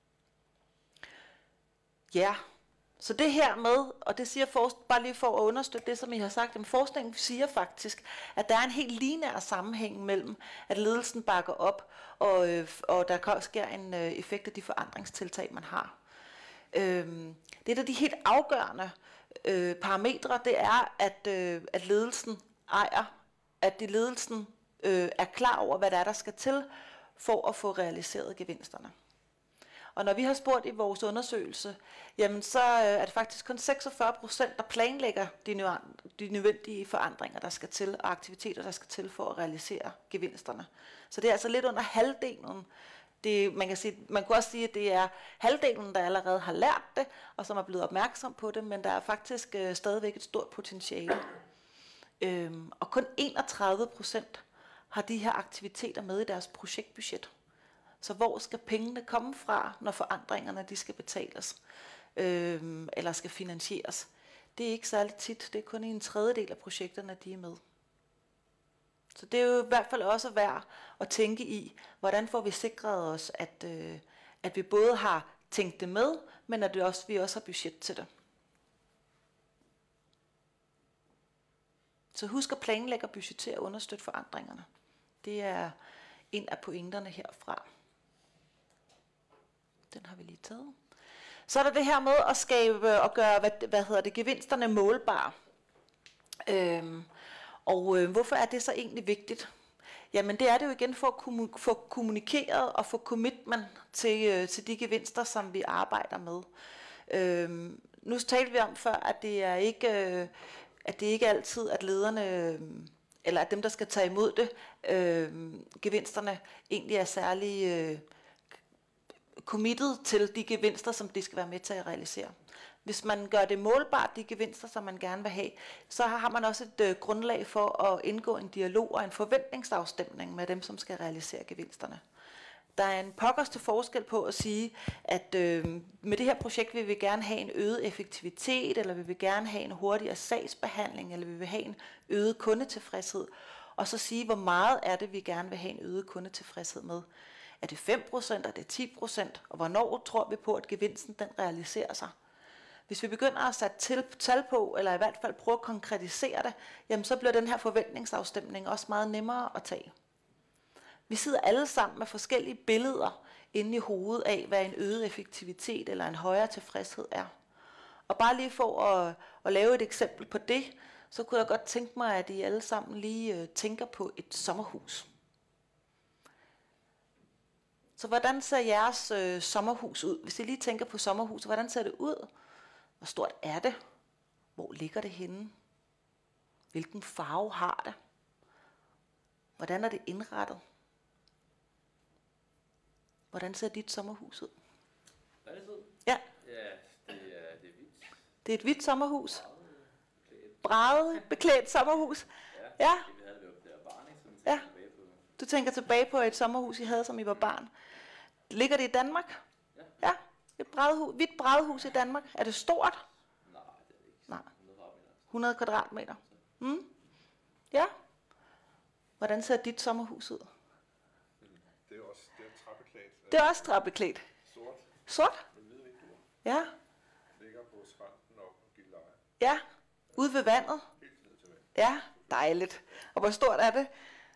Ja, så det her med, og det siger bare lige for at understøtte det, som I har sagt, at forskningen siger faktisk, at der er en helt lineær sammenhæng mellem, at ledelsen bakker op, og der sker en effekt af de forandringstiltag, man har. Det er de helt afgørende parametre, det er, at ledelsen ejer, at ledelsen er klar over, hvad der skal til, for at få realiseret gevinsterne. Og når vi har spurgt i vores undersøgelse, jamen så er det faktisk kun 46%, der planlægger de nødvendige forandringer, der skal til, og aktiviteter, der skal til for at realisere gevinsterne. Så det er altså lidt under halvdelen. Man kunne også sige, at det er halvdelen, der allerede har lært det, og som er blevet opmærksom på det, men der er faktisk stadigvæk et stort potentiale. Og kun 31% har de her aktiviteter med i deres projektbudget. Så hvor skal pengene komme fra, når forandringerne de skal betales, eller skal finansieres? Det er ikke særlig tit. Det er kun en tredjedel af projekterne, de er med. Så det er jo i hvert fald også værd at tænke i, hvordan får vi sikret os, at vi både har tænkt det med, men at vi også har budget til det. Så husk at planlægge og budgettere og understøtte forandringerne. Det er en af pointerne herfra. Den har vi lige taget. Så er der det her med at skabe og gøre gevinsterne målbare. Hvorfor er det så egentlig vigtigt? Jamen det er det jo igen for at få kommunikeret og få commitment til de gevinster, som vi arbejder med. Nu talte vi om før, at det er ikke altid, at lederne, eller at dem, der skal tage imod det, gevinsterne, egentlig er særlig committed til de gevinster, som de skal være med til at realisere. Hvis man gør det målbart, de gevinster, som man gerne vil have, så har man også et grundlag for at indgå en dialog og en forventningsafstemning med dem, som skal realisere gevinsterne. Der er en pokkers til forskel på at sige, at med det her projekt vil vi gerne have en øget effektivitet, eller vi vil gerne have en hurtigere sagsbehandling, eller vi vil have en øget kundetilfredshed, og så sige, hvor meget er det, vi gerne vil have en øget kundetilfredshed med. Er det 5%, er det 10%, og hvornår tror vi på, at gevinsten den realiserer sig? Hvis vi begynder at sætte tal på, eller i hvert fald prøve at konkretisere det, jamen så bliver den her forventningsafstemning også meget nemmere at tage. Vi sidder alle sammen med forskellige billeder inde i hovedet af, hvad en øget effektivitet eller en højere tilfredshed er. Og bare lige for at lave et eksempel på det, så kunne jeg godt tænke mig, at I alle sammen lige tænker på et sommerhus. Så hvordan ser jeres sommerhus ud? Hvis I lige tænker på sommerhuset, hvordan ser det ud? Hvor stort er det? Hvor ligger det henne? Hvilken farve har det? Hvordan er det indrettet? Hvordan ser dit sommerhus ud? Hvad er det ud? Ja. Ja, det er hvidt. Det er et hvidt sommerhus. Brædebeklædt sommerhus. Ja. Vi havde det der barn, ikke? Ja. Du tænker tilbage på et sommerhus, I havde, som I var barn. Ligger det i Danmark? Ja. Ja. Et hvidt brædehus i Danmark. Er det stort? Nej, det er det ikke. Nej. 100 kvadratmeter. Mm. Ja. Hvordan ser dit sommerhus ud? Det er trappeklædt. Det er også trappeklædt. Sort. Sort? Med hvide vinduer. Ja. Ligger på skrænten op på Gilleleje. Ja. Ude ved vandet? Helt ned til vandet. Ja. Dejligt. Og hvor stort er det?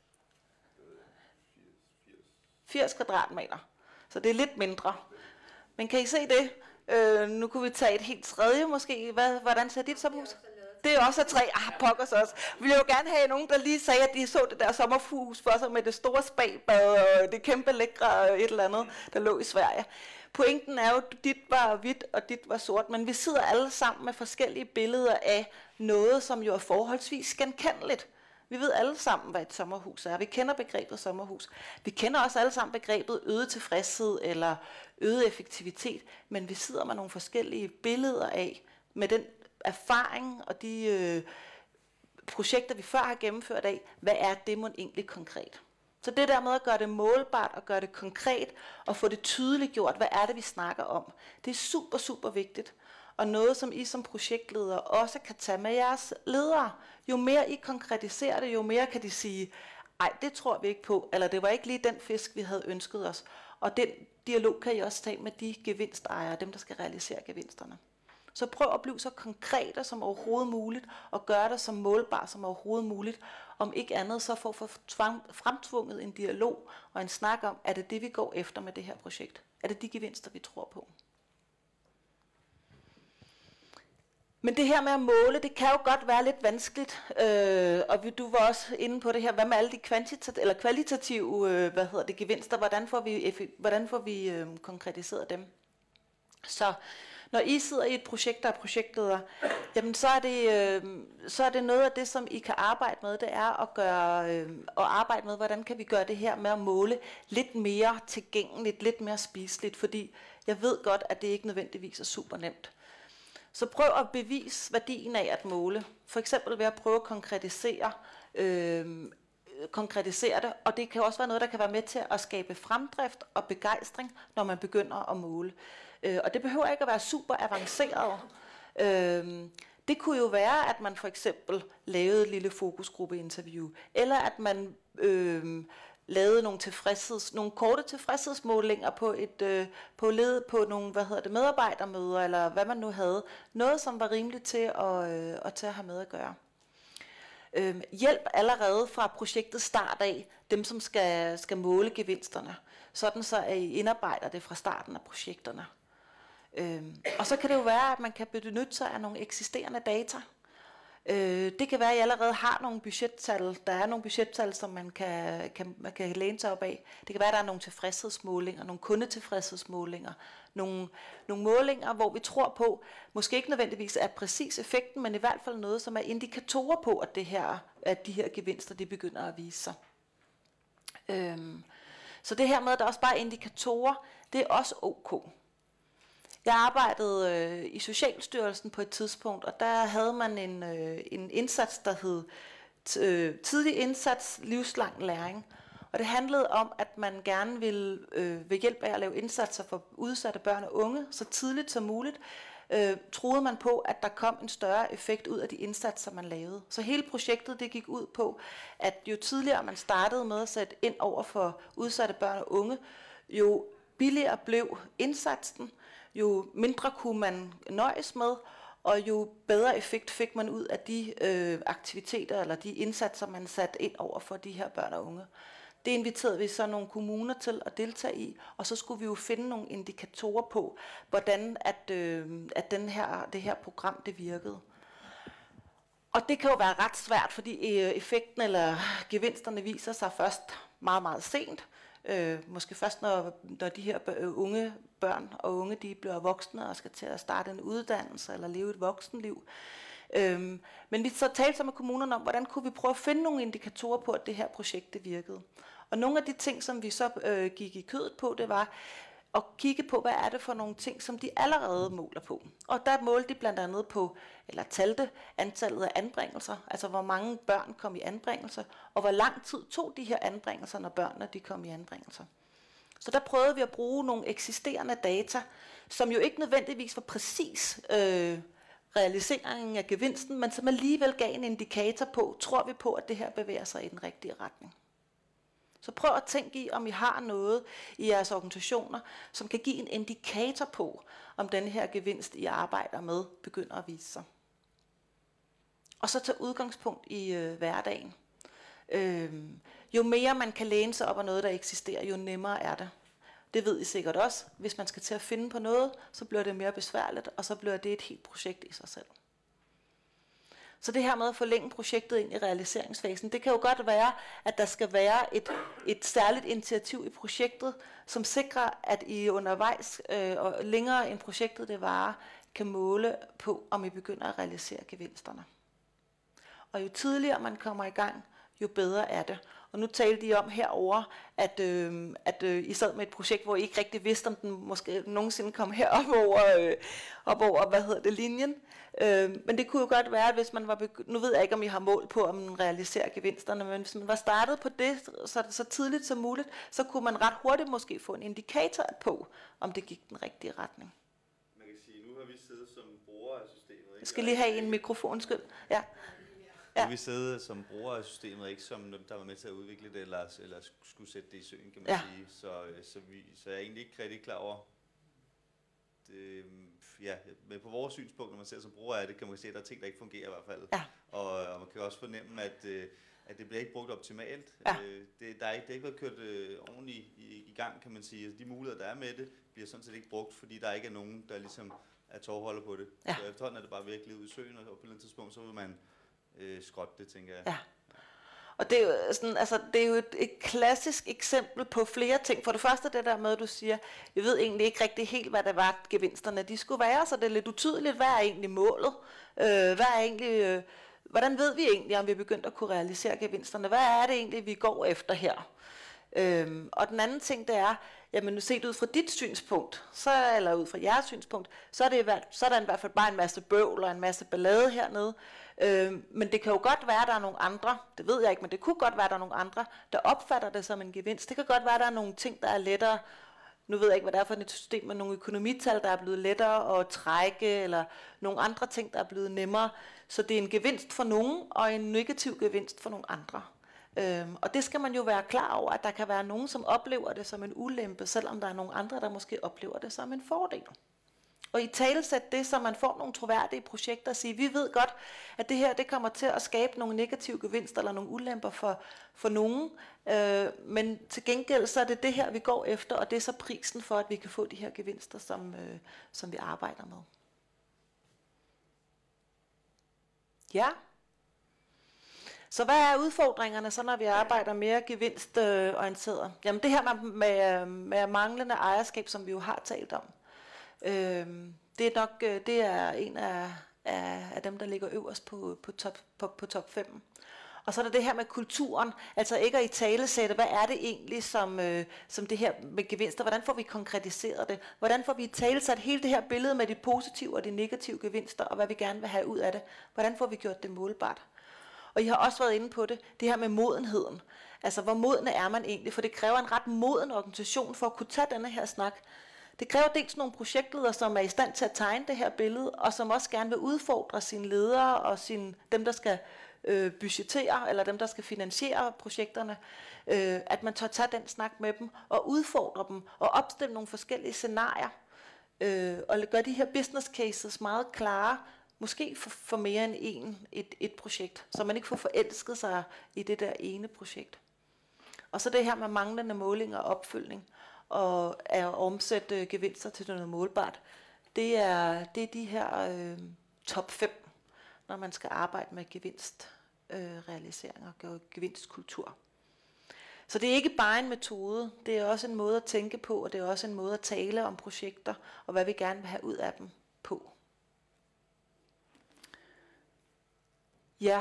80 kvadratmeter. Så det er lidt mindre. Men kan I se det? Nu kunne vi tage et helt tredje måske. Hvordan ser dit sommerhus? Det er også af træ. Pokkers også. Vi ville jo gerne have nogen, der lige sagde, at de så det der sommerhus for sig med det store spabad og det kæmpe lækre et eller andet, der lå i Sverige. Pointen er jo, at dit var hvidt, og dit var sort, men vi sidder alle sammen med forskellige billeder af noget, som jo er forholdsvis genkendeligt. Vi ved alle sammen, hvad et sommerhus er. Vi kender begrebet sommerhus. Vi kender også alle sammen begrebet øget tilfredshed eller øget effektivitet, men vi sidder med nogle forskellige billeder af, med den erfaring og de projekter, vi før har gennemført af, hvad er det mon egentlig konkret? Så det der med at gøre det målbart og gøre det konkret og få det tydeligt gjort, hvad er det, vi snakker om, det er super, super vigtigt. Og noget, som I som projektledere også kan tage med jeres ledere. Jo mere I konkretiserer det, jo mere kan de sige, ej, det tror vi ikke på, eller det var ikke lige den fisk, vi havde ønsket os. Og den dialog kan I også tage med de gevinstejere, dem der skal realisere gevinsterne. Så prøv at blive så konkrete som overhovedet muligt, og gøre det så målbart som overhovedet muligt. Om ikke andet, så få fremtvunget en dialog og en snak om, er det det, vi går efter med det her projekt? Er det de gevinster, vi tror på? Men det her med at måle, det kan jo godt være lidt vanskeligt, og du var også inde på det her, hvad med alle de kvalitative gevinster, hvordan får vi konkretiseret dem? Så når I sidder i et projekt, der er projektleder, jamen så er det noget af det, som I kan arbejde med, det er at arbejde med, hvordan kan vi gøre det her med at måle lidt mere tilgængeligt, lidt mere spiseligt, fordi jeg ved godt, at det ikke nødvendigvis er super nemt. Så prøv at bevise værdien af at måle. For eksempel ved at prøve at konkretisere det, og det kan også være noget, der kan være med til at skabe fremdrift og begejstring, når man begynder at måle. Og det behøver ikke at være super avanceret. Det kunne jo være, at man for eksempel lavede et lille fokusgruppeinterview, eller at man lavede nogle korte tilfredshedsmålinger på nogle medarbejdermøder, eller hvad man nu havde. Noget, som var rimeligt til at have med at gøre. Hjælp allerede fra projektets start af, dem som skal måle gevinsterne, sådan så at I indarbejder det fra starten af projekterne. Og så kan det jo være, at man kan benytte sig af nogle eksisterende data. Det kan være, at I allerede har nogle budgettal. Der er nogle budgettal, som man kan læne sig op af. Det kan være, at der er nogle tilfredshedsmålinger, nogle kundetilfredshedsmålinger, nogle målinger, hvor vi tror på, måske ikke nødvendigvis er præcis effekten, men i hvert fald noget, som er indikatorer på, at de her gevinster, de begynder at vise sig. Så det her med, at der også bare er indikatorer, det er også ok. Jeg arbejdede i Socialstyrelsen på et tidspunkt, og der havde man en indsats, der hed tidlig indsats, livslang læring. Og det handlede om, at man gerne ville ved hjælp af at lave indsatser for udsatte børn og unge, så tidligt som muligt, troede man på, at der kom en større effekt ud af de indsatser, man lavede. Så hele projektet det gik ud på, at jo tidligere man startede med at sætte ind over for udsatte børn og unge, jo billigere blev indsatsen, jo mindre kunne man nøjes med, og jo bedre effekt fik man ud af de aktiviteter eller de indsatser, man satte ind over for de her børn og unge. Det inviterede vi så nogle kommuner til at deltage i, og så skulle vi jo finde nogle indikatorer på, hvordan det her program det virkede. Og det kan jo være ret svært, fordi effekten eller gevinsterne viser sig først meget, meget sent. Måske først når de her unge børn og unge de bliver voksne og skal til at starte en uddannelse eller leve et voksenliv. Men vi så talte med kommunerne om, hvordan kunne vi prøve at finde nogle indikatorer på, at det her projekt det virkede. Og nogle af de ting, som vi så gik i kødet på, det var at kigge på, hvad er det for nogle ting, som de allerede måler på. Og der målte de blandt andet på, eller talte antallet af anbringelser, altså hvor mange børn kom i anbringelser, og hvor lang tid tog de her anbringelser, når børnene de kom i anbringelser. Så der prøvede vi at bruge nogle eksisterende data, som jo ikke nødvendigvis var præcis realiseringen af gevinsten, men som alligevel gav en indikator på, tror vi på, at det her bevæger sig i den rigtige retning. Så prøv at tænke i, om I har noget i jeres organisationer, som kan give en indikator på, om den her gevinst, I arbejder med, begynder at vise sig. Og så tage udgangspunkt i hverdagen. Jo mere man kan læne sig op af noget, der eksisterer, jo nemmere er det. Det ved I sikkert også. Hvis man skal til at finde på noget, så bliver det mere besværligt, og så bliver det et helt projekt i sig selv. Så det her med at forlænge projektet ind i realiseringsfasen, det kan jo godt være, at der skal være et særligt initiativ i projektet, som sikrer, at I undervejs og længere end projektet det varer, kan måle på, om I begynder at realisere gevinsterne. Og jo tidligere man kommer i gang, jo bedre er det. Og nu talte I om herover, at I sad med et projekt, hvor I ikke rigtig vidste, om den måske nogensinde kom herop over linjen. Men det kunne jo godt være, at hvis man var nu ved jeg ikke, om I har mål på, om man realiserer gevinsterne, men hvis man var startet på det så tidligt som muligt, så kunne man ret hurtigt måske få en indikator på, om det gik den rigtige retning. Man kan sige, nu har vi siddet som brugere af systemet. Ikke? Jeg skal lige have en mikrofon, skyld. Ja. Nu har vi siddet som brugere af systemet, ikke som dem, der var med til at udvikle det, eller skulle sætte det i søen, kan man sige. Så jeg er egentlig ikke rigtig klar over det. Ja, men på vores synspunkt, når man ser som bruger af det, kan man se, at der er ting, der ikke fungerer i hvert fald. Ja. Og man kan også fornemme, at det bliver ikke brugt optimalt. Ja. Det er ikke blevet kørt ordentligt i gang, kan man sige. Altså, de muligheder, der er med det, bliver sådan set ikke brugt, fordi der ikke er nogen, der ligesom er tovholder på det. Ja. Så efterhånden er det bare virkelig ud i søen, og på et eller andet tidspunkt, så vil man skrotte det, tænker jeg. Ja. Og det er jo, sådan, altså, det er jo et klassisk eksempel på flere ting. For det første det der med, at du siger, jeg ved egentlig ikke rigtig helt, hvad det var, gevinsterne de skulle være, så det er lidt utydeligt, hvad er egentlig målet? Hvordan ved vi egentlig, om vi er begyndt at kunne realisere gevinsterne? Hvad er det egentlig, vi går efter her? Og den anden ting, det er, jamen set ud fra dit synspunkt, eller ud fra jeres synspunkt, så er der i hvert fald bare en masse bøvl og en masse ballade hernede. Men det kan jo godt være, at der er nogle andre, det ved jeg ikke, men det kunne godt være, at der er nogle andre, der opfatter det som en gevinst. Det kan godt være, at der er nogle ting, der er lettere. Nu ved jeg ikke, hvad det er for et system med nogle økonomital, der er blevet lettere at trække, eller nogle andre ting, der er blevet nemmere. Så det er en gevinst for nogen, og en negativ gevinst for nogle andre. Og det skal man jo være klar over, at der kan være nogen, som oplever det som en ulempe, selvom der er nogle andre, der måske oplever det som en fordel. Og i talesæt det, så man får nogle troværdige projekter og sige, vi ved godt, at det her det kommer til at skabe nogle negative gevinster eller nogle ulemper for nogen, men til gengæld så er det det her, vi går efter, og det er så prisen for, at vi kan få de her gevinster, som vi arbejder med. Ja. Så hvad er udfordringerne, så når vi arbejder mere gevinstorienteret? Jamen det her med manglende ejerskab, som vi jo har talt om. Det er en af dem, der ligger øverst på top 5. Og så er der det her med kulturen, altså ikke at italesætte, hvad er det egentlig, som det her med gevinster, hvordan får vi konkretiseret det? Hvordan får vi italesat hele det her billede med de positive og de negative gevinster, og hvad vi gerne vil have ud af det? Hvordan får vi gjort det målbart? Og I har også været inde på det her med modenheden. Altså, hvor modne er man egentlig? For det kræver en ret moden organisation for at kunne tage denne her snak. Det kræver dels nogle projektledere, som er i stand til at tegne det her billede, og som også gerne vil udfordre sine ledere og dem, der skal budgettere, eller dem, der skal finansiere projekterne. At man tør tage den snak med dem, og udfordre dem, og opstille nogle forskellige scenarier. Og gøre de her business cases meget klare, måske for mere end et projekt, så man ikke får forelsket sig i det der ene projekt. Og så det her med manglende måling og opfølgning, og at omsætte gevinster til noget målbart, det er de her top 5, når man skal arbejde med gevinstrealisering og gevinstkultur. Så det er ikke bare en metode, det er også en måde at tænke på, og det er også en måde at tale om projekter, og hvad vi gerne vil have ud af dem på. Ja.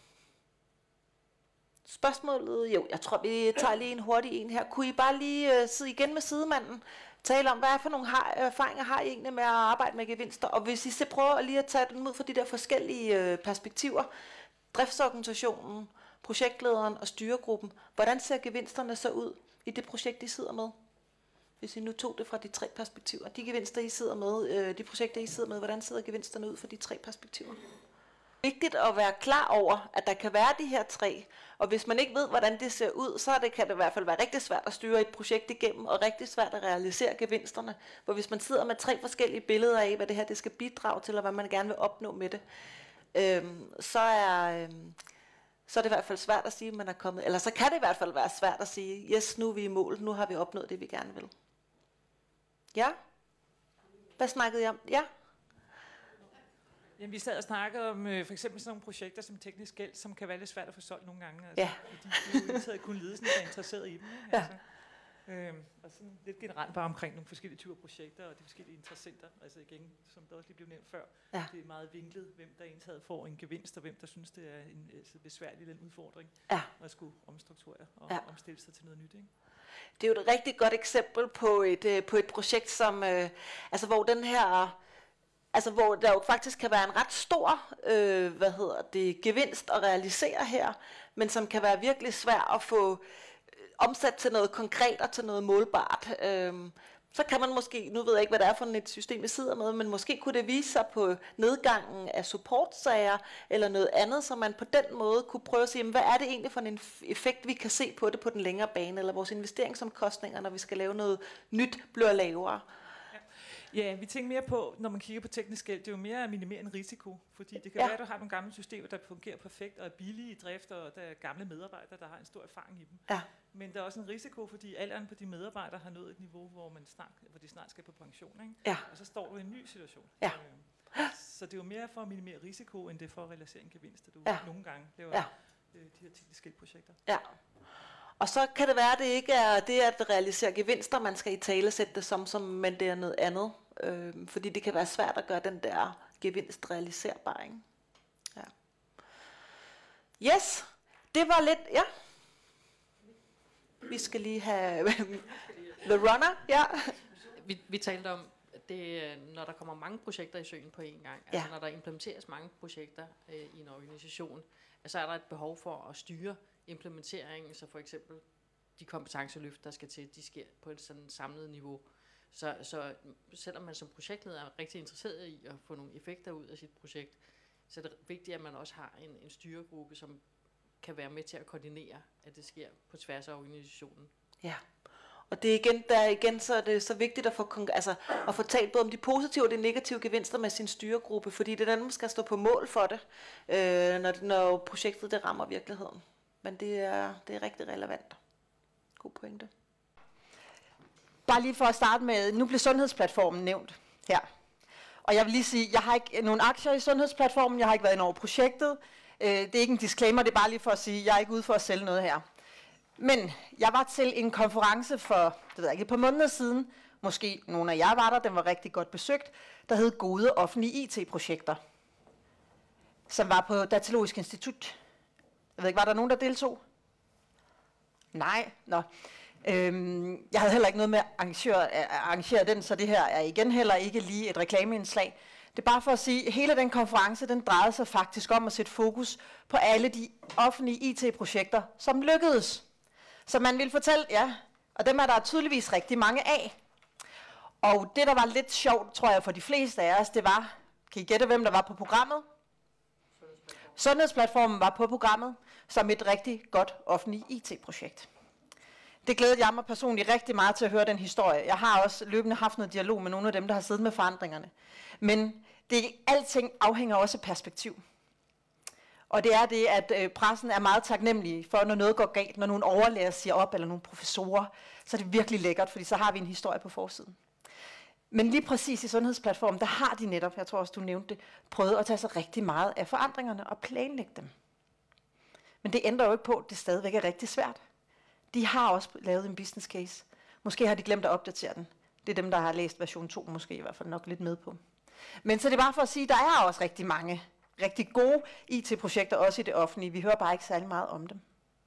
Spørgsmålet, jeg tror vi tager lige en hurtig en her. Kunne I bare lige sidde igen med sidemanden, tale om, hvad for nogle erfaringer har I egentlig med at arbejde med gevinster? Og hvis I prøver lige at tage den ud fra de der forskellige perspektiver, driftsorganisationen, projektlederen og styregruppen, hvordan ser gevinsterne så ud i det projekt, I sidder med? Hvis I nu tog det fra de 3 perspektiver. De gevinster, I sidder med, de projekter, I sidder med, hvordan ser gevinsterne ud fra de 3 perspektiver? Vigtigt at være klar over, at der kan være de her 3, og hvis man ikke ved, hvordan det ser ud, så kan det i hvert fald være rigtig svært at styre et projekt igennem, og rigtig svært at realisere gevinsterne. For hvis man sidder med 3 forskellige billeder af, hvad det her det skal bidrage til, og hvad man gerne vil opnå med det, så er det i hvert fald svært at sige, at man er kommet, eller så kan det i hvert fald være svært at sige, yes, nu er vi i mål, nu har vi opnået det, vi gerne vil. Ja? Hvad snakkede I om? Ja? Jamen, vi sad og snakkede om for eksempel sådan nogle projekter som teknisk gæld, som kan være lidt svært at få solgt nogle gange. Altså, ja. Fordi det er jo kun ledelsen, der er interesseret i dem. Ikke? Ja. Altså, og sådan lidt generelt bare omkring nogle forskellige typer projekter og de forskellige interessenter. Altså igen, som der også lige blev nævnt før, ja. Det er meget vinklet, hvem der egentlig får en gevinst, og hvem der synes, det er en besværlig den udfordring at skulle omstrukturere og omstille sig til noget nyt. Ikke? Det er jo et rigtig godt eksempel på et projekt, som, hvor den her... Altså hvor der jo faktisk kan være en ret stor gevinst at realisere her, men som kan være virkelig svær at få omsat til noget konkret og til noget målbart. Så kan man måske, nu ved jeg ikke, hvad det er for et system, vi sidder med, men måske kunne det vise sig på nedgangen af supportsager eller noget andet, så man på den måde kunne prøve at sige, hvad er det egentlig for en effekt, vi kan se på det på den længere bane, eller vores investeringsomkostninger, når vi skal lave noget nyt, bliver lavere. Ja, vi tænker mere på, når man kigger på teknisk gæld, det er jo mere at minimere en risiko, fordi det kan være, at du har nogle gamle systemer, der fungerer perfekt og er billige i drift, og der er gamle medarbejdere, der har en stor erfaring i dem. Ja. Men der er også en risiko, fordi alderen på de medarbejdere har nået et niveau, hvor de snart skal på pension, ikke? Ja. Og så står du i en ny situation. Ja. Så det er jo mere for at minimere risiko, end det for at realisere en gevinst, at du nogle gange laver de her tekniske gældprojekter. Ja. Og så kan det være, at det ikke er det at realisere gevinster, man skal i tale sætte det som, men det er noget andet. Fordi det kan være svært at gøre den der gevinst realiserbar, ikke? Ja. Yes, det var lidt, ja. Vi skal lige have the runner, ja. Vi talte om, det, når der kommer mange projekter i søen på en gang, altså når der implementeres mange projekter i en organisation, så er der et behov for at styre implementeringen, så for eksempel de kompetenceløft, der skal til, de sker på et sådan samlet niveau. Så selvom man som projektleder er rigtig interesseret i at få nogle effekter ud af sit projekt, så er det vigtigt, at man også har en styregruppe, som kan være med til at koordinere, at det sker på tværs af organisationen. Ja, og det er igen, så er det så vigtigt at få talt både om de positive og de negative gevinster med sin styregruppe, fordi det er den, man skal stå på mål for det, når projektet det rammer virkeligheden. Men det er rigtig relevant. God pointe. Bare lige for at starte med, nu blev sundhedsplatformen nævnt her. Og jeg vil lige sige, jeg har ikke nogen aktier i sundhedsplatformen, jeg har ikke været inde over projektet. Det er ikke en disclaimer, det er bare lige for at sige, jeg er ikke ude for at sælge noget her. Men jeg var til en konference for, det ved jeg ikke, et par måneder siden, måske nogle af jer var der, den var rigtig godt besøgt, der hed Gode Offentlige IT-projekter, som var på Datalogisk Institut. Jeg ved ikke, var der nogen, der deltog? Nej, nå. Jeg havde heller ikke noget med at arrangere den, så det her er igen heller ikke lige et reklameindslag. Det er bare for at sige, at hele den konference, den drejede sig faktisk om at sætte fokus på alle de offentlige IT-projekter, som lykkedes. Så man ville fortælle, ja, og dem er der tydeligvis rigtig mange af. Og det, der var lidt sjovt, tror jeg, for de fleste af os, det var, kan I gætte, hvem der var på programmet? Sundhedsplatformen var på programmet som et rigtig godt offentligt IT-projekt. Det glædede jeg mig personligt rigtig meget til at høre den historie. Jeg har også løbende haft noget dialog med nogle af dem, der har siddet med forandringerne. Men alting afhænger også af perspektiv. Og det er det, at pressen er meget taknemmelig for, når noget går galt, når nogle overlærer siger op, eller nogle professorer, så er det virkelig lækkert, fordi så har vi en historie på forsiden. Men lige præcis i Sundhedsplatformen, der har de netop, jeg tror også, du nævnte det, prøvet at tage sig rigtig meget af forandringerne og planlægge dem. Men det ændrer jo ikke på, at det stadigvæk er rigtig svært. De har også lavet en business case. Måske har de glemt at opdatere den. Det er dem, der har læst version 2, måske i hvert fald nok lidt med på. Men så det er bare for at sige, at der er også rigtig mange rigtig gode IT-projekter, også i det offentlige. Vi hører bare ikke særlig meget om dem.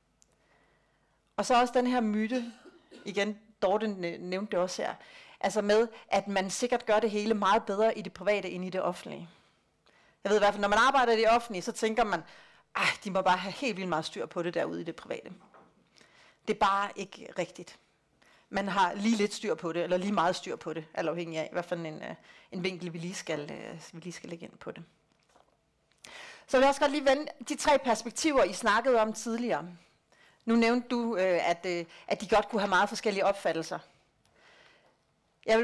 Og så også den her myte, igen, Dorte nævnte det også her, altså med, at man sikkert gør det hele meget bedre i det private end i det offentlige. Jeg ved i hvert fald, når man arbejder i det offentlige, så tænker man, de må bare have helt vildt meget styr på det derude i det private. Det er bare ikke rigtigt. Man har lige lidt styr på det, eller lige meget styr på det, alt afhængig af, hvad for en vinkel vi lige skal lægge ind på det. Så vil jeg også godt lige vende de 3 perspektiver, I snakkede om tidligere. Nu nævnte du, at de godt kunne have meget forskellige opfattelser. Jeg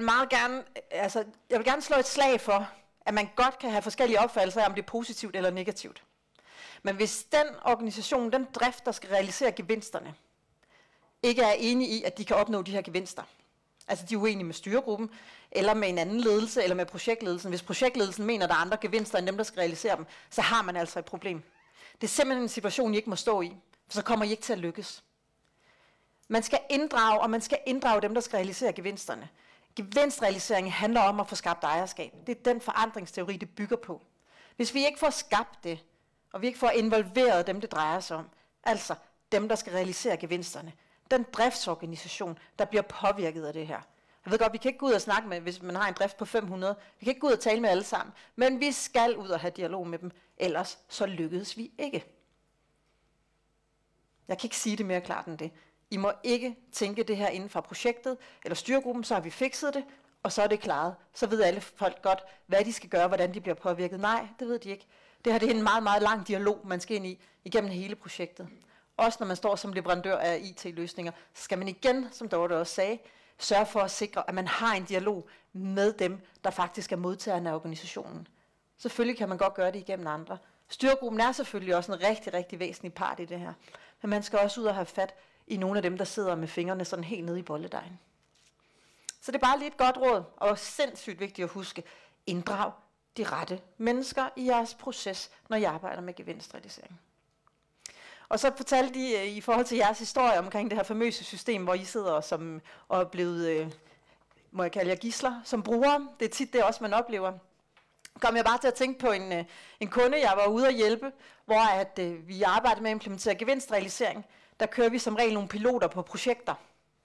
vil gerne slå et slag for, at man godt kan have forskellige opfattelser af, om det er positivt eller negativt. Men hvis den organisation, den drift, der skal realisere gevinsterne, ikke er enige i, at de kan opnå de her gevinster, altså de er uenige med styregruppen, eller med en anden ledelse, eller med projektledelsen. Hvis projektledelsen mener, at der er andre gevinster end dem, der skal realisere dem, så har man altså et problem. Det er simpelthen en situation, I ikke må stå i, for så kommer I ikke til at lykkes. Man skal inddrage dem, der skal realisere gevinsterne. Gevinstrealisering handler om at få skabt ejerskab. Det er den forandringsteori, det bygger på. Hvis vi ikke får skabt det, og vi ikke får involveret dem, det drejer sig om, altså dem, der skal realisere gevinsterne, den driftsorganisation, der bliver påvirket af det her. Jeg ved godt, vi kan ikke gå ud og snakke med, hvis man har en drift på 500. Vi kan ikke gå ud og tale med alle sammen, men vi skal ud og have dialog med dem, ellers så lykkedes vi ikke. Jeg kan ikke sige det mere klart end det. I må ikke tænke det her inden for projektet eller styregruppen, så har vi fikset det, og så er det klaret. Så ved alle folk godt, hvad de skal gøre, hvordan de bliver påvirket. Nej, det ved de ikke. Det her det er en meget, meget lang dialog, man skal ind i igennem hele projektet. Også når man står som leverandør af IT-løsninger, så skal man igen, som Dorte også sagde, sørge for at sikre, at man har en dialog med dem, der faktisk er modtagerne af organisationen. Selvfølgelig kan man godt gøre det igennem andre. Styregruppen er selvfølgelig også en rigtig, rigtig væsentlig part i det her. Men man skal også ud og have fat i nogle af dem, der sidder med fingrene sådan helt nede i bolledejen. Så det er bare lige et godt råd, og sindssygt vigtigt at huske. Inddrag de rette mennesker i jeres proces, når I arbejder med gevinstrealisering. Og så fortalte de i forhold til jeres historie omkring det her famøse system, hvor I sidder og er blevet, må jeg kalde jer gidsler, som brugere. Det er tit det også, man oplever. Kom jeg bare til at tænke på en kunde, jeg var ude at hjælpe, hvor vi arbejdede med at implementere gevinstrealisering. Der kører vi som regel nogle piloter på projekter.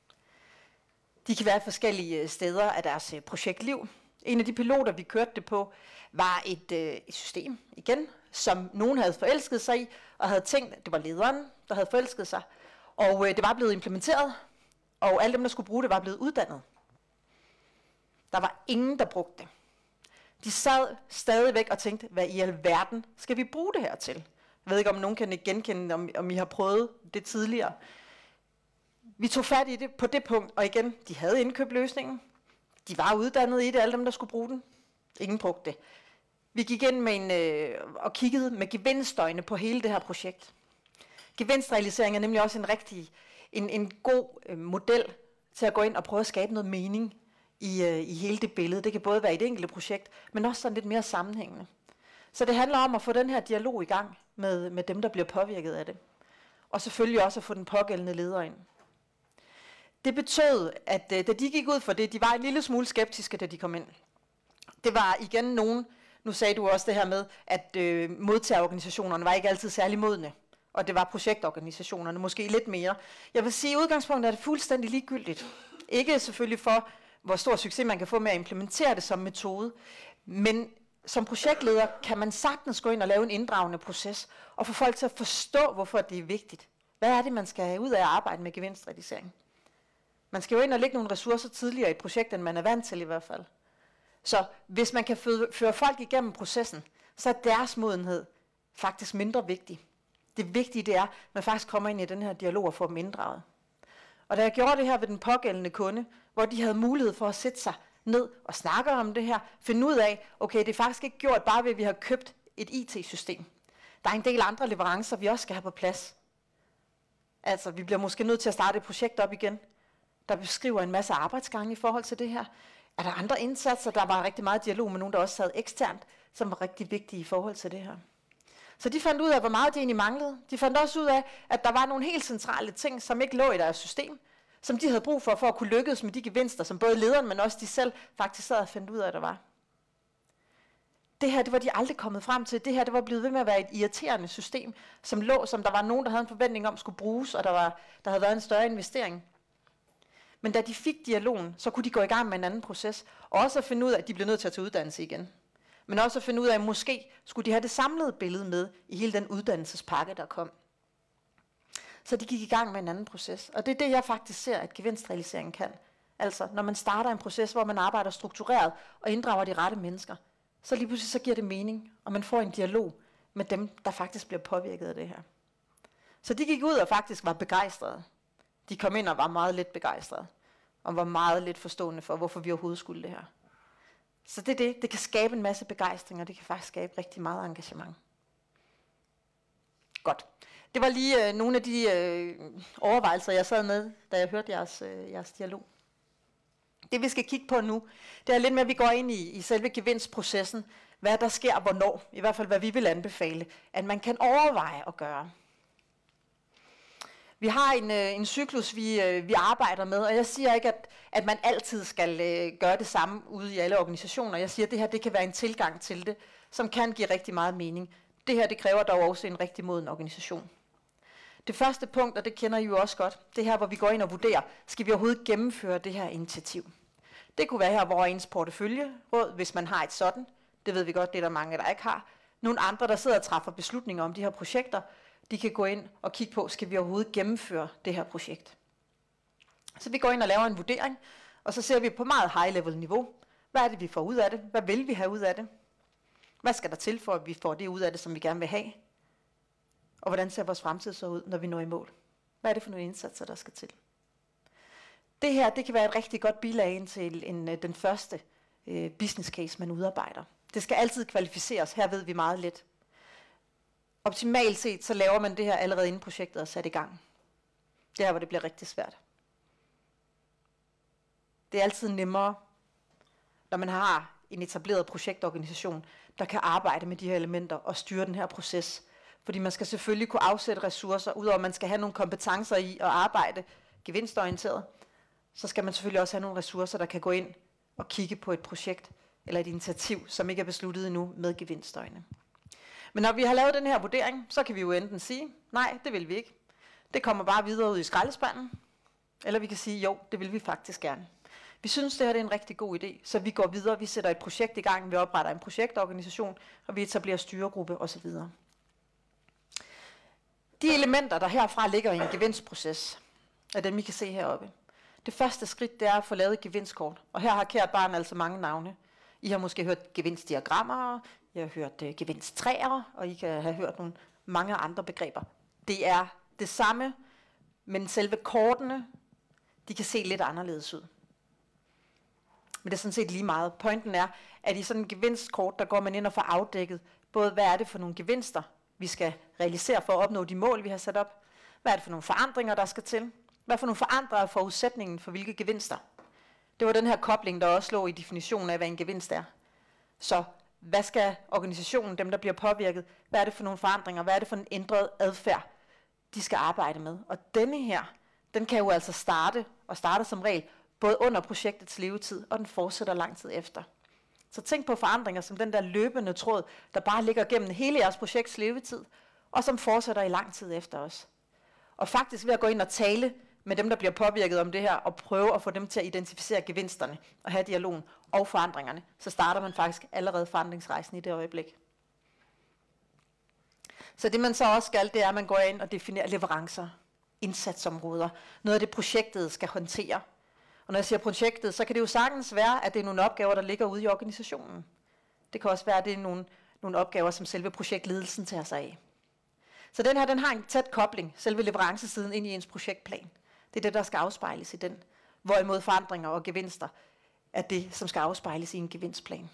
De kan være forskellige steder af deres projektliv. En af de piloter, vi kørte det på, var et system, igen, som nogen havde forelsket sig i, og havde tænkt, at det var lederen, der havde forelsket sig. Og det var blevet implementeret, og alle dem, der skulle bruge det, var blevet uddannet. Der var ingen, der brugte det. De sad stadigvæk og tænkte, hvad i alverden skal vi bruge det her til? Jeg ved ikke, om nogen kan genkende, om I har prøvet det tidligere. Vi tog fat i det på det punkt, og igen, de havde indkøbt løsningen. De var uddannet i det, alle dem, der skulle bruge den. Ingen brugte det. Vi gik ind med og kiggede med gevinstøjne på hele det her projekt. Gevinstrealisering er nemlig også en god model til at gå ind og prøve at skabe noget mening i hele det billede. Det kan både være i et enkelt projekt, men også sådan lidt mere sammenhængende. Så det handler om at få den her dialog i gang med dem, der bliver påvirket af det. Og selvfølgelig også at få den pågældende leder ind. Det betød, at da de gik ud for det, de var en lille smule skeptiske, da de kom ind. Det var igen nogen, nu sagde du også det her med, at modtagerorganisationerne var ikke altid særlig modne. Og det var projektorganisationerne måske lidt mere. Jeg vil sige, at i udgangspunktet er det fuldstændig ligegyldigt. Ikke selvfølgelig for, hvor stor succes man kan få med at implementere det som metode, men som projektleder kan man sagtens gå ind og lave en inddragende proces, og få folk til at forstå, hvorfor det er vigtigt. Hvad er det, man skal have ud af at arbejde med gevinstrealisering? Man skal jo ind og lægge nogle ressourcer tidligere i et projekt, end man er vant til i hvert fald. Så hvis man kan føre folk igennem processen, så er deres modenhed faktisk mindre vigtig. Det vigtige det er, at man faktisk kommer ind i den her dialog og får dem inddraget. Og da jeg gjorde det her ved den pågældende kunde, hvor de havde mulighed for at sætte sig ned og snakke om det her, finde ud af, okay, det er faktisk ikke gjort bare ved, at vi har købt et IT-system. Der er en del andre leverancer, vi også skal have på plads. Altså, vi bliver måske nødt til at starte et projekt op igen, der beskriver en masse arbejdsgange i forhold til det her. Er der andre indsatser? Der var rigtig meget dialog med nogen, der også sad eksternt, som var rigtig vigtige i forhold til det her. Så de fandt ud af, hvor meget de egentlig manglede. De fandt også ud af, at der var nogle helt centrale ting, som ikke lå i deres system, som de havde brug for at kunne lykkes med de gevinster, som både lederen, men også de selv faktisk sad og fandt ud af, at der var. Det her, det var de aldrig kommet frem til. Det her, det var blevet ved med at være et irriterende system, som der var nogen, der havde en forventning om, skulle bruges, og der havde været en større investering. Men da de fik dialogen, så kunne de gå i gang med en anden proces, og også at finde ud af, at de blev nødt til at tage uddannelse igen. Men også at finde ud af, at måske skulle de have det samlede billede med i hele den uddannelsespakke, der kom. Så de gik i gang med en anden proces. Og det er det, jeg faktisk ser, at gevinstrealiseringen kan. Altså, når man starter en proces, hvor man arbejder struktureret og inddrager de rette mennesker, så lige pludselig så giver det mening, og man får en dialog med dem, der faktisk bliver påvirket af det her. Så de gik ud og faktisk var begejstrede. De kom ind og var meget lidt begejstrede, og var meget lidt forstående for, hvorfor vi overhovedet skulle det her. Så det er det. Det kan skabe en masse begejstring, og det kan faktisk skabe rigtig meget engagement. Godt. Det var lige nogle af de overvejelser, jeg sad med, da jeg hørte jeres dialog. Det vi skal kigge på nu, det er lidt med, at vi går ind i selve gevinstprocessen. Hvad der sker, hvornår. I hvert fald, hvad vi vil anbefale, at man kan overveje at gøre. Vi har en cyklus, vi arbejder med, og jeg siger ikke, at man altid skal gøre det samme ude i alle organisationer. Jeg siger, at det her det kan være en tilgang til det, som kan give rigtig meget mening. Det her det kræver dog også en rigtig moden organisation. Det første punkt, og det kender I jo også godt, det her, hvor vi går ind og vurderer, skal vi overhovedet gennemføre det her initiativ. Det kunne være her, hvor ens porteføljeråd, hvis man har et sådan, det ved vi godt, det er der mange, der ikke har. Nogle andre, der sidder og træffer beslutninger om de her projekter, de kan gå ind og kigge på, skal vi overhovedet gennemføre det her projekt. Så vi går ind og laver en vurdering, og så ser vi på meget high-level niveau, hvad er det, vi får ud af det? Hvad vil vi have ud af det? Hvad skal der til for, at vi får det ud af det, som vi gerne vil have? Og hvordan ser vores fremtid så ud, når vi når i mål? Hvad er det for nogle indsatser, der skal til? Det her, det kan være et rigtig godt bilag ind til den første business case, man udarbejder. Det skal altid kvalificeres. Her ved vi meget lidt. Optimalt set, så laver man det her allerede inden projektet er sat i gang. Det er her, hvor det bliver rigtig svært. Det er altid nemmere, når man har en etableret projektorganisation, der kan arbejde med de her elementer og styre den her proces. Fordi man skal selvfølgelig kunne afsætte ressourcer, udover at man skal have nogle kompetencer i at arbejde gevinstorienteret, så skal man selvfølgelig også have nogle ressourcer, der kan gå ind og kigge på et projekt eller et initiativ, som ikke er besluttet endnu med gevinstøjne. Men når vi har lavet den her vurdering, så kan vi jo enten sige, nej, det vil vi ikke. Det kommer bare videre ud i skraldespanden. Eller vi kan sige, jo, det vil vi faktisk gerne. Vi synes, det her er en rigtig god idé, så vi går videre, vi sætter et projekt i gang, vi opretter en projektorganisation, og vi etablerer styregruppe osv. De elementer, der herfra ligger i en gevinstproces, er dem, I kan se heroppe. Det første skridt, det er at få lavet et gevinstkort. Og her har kært barn altså mange navne. I har måske hørt gevinstdiagrammer, I har hørt gevinsttræer, og I kan have hørt nogle mange andre begreber. Det er det samme, men selve kortene, de kan se lidt anderledes ud. Men det er sådan set lige meget. Pointen er, at i sådan en gevinstkort, der går man ind og får afdækket, både hvad er det for nogle gevinster, vi skal realisere for at opnå de mål, vi har sat op. Hvad er det for nogle forandringer, der skal til? Hvad for nogle forandringer er forudsætningen for hvilke gevinster? Det var den her kobling, der også lå i definitionen af, hvad en gevinst er. Så hvad skal organisationen, dem der bliver påvirket, hvad er det for nogle forandringer, hvad er det for en ændret adfærd, de skal arbejde med? Og denne her, den kan jo altså starte, og starter som regel, både under projektets levetid, og den fortsætter lang tid efter. Så tænk på forandringer som den der løbende tråd, der bare ligger gennem hele jeres projekts levetid, og som fortsætter i lang tid efter os. Og faktisk ved at gå ind og tale med dem, der bliver påvirket om det her, og prøve at få dem til at identificere gevinsterne, og have dialogen og forandringerne, så starter man faktisk allerede forandringsrejsen i det øjeblik. Så det man så også skal, det er, at man går ind og definerer leverancer, indsatsområder, noget af det projektet skal håndtere. Og når jeg siger projektet, så kan det jo sagtens være, at det er nogle opgaver, der ligger ude i organisationen. Det kan også være, at det er nogle opgaver, som selve projektledelsen tager sig af. Så den her, den har en tæt kobling, selve leverancesiden, ind i ens projektplan. Det er det, der skal afspejles i den. Hvorimod forandringer og gevinster er det, som skal afspejles i en gevinstplan.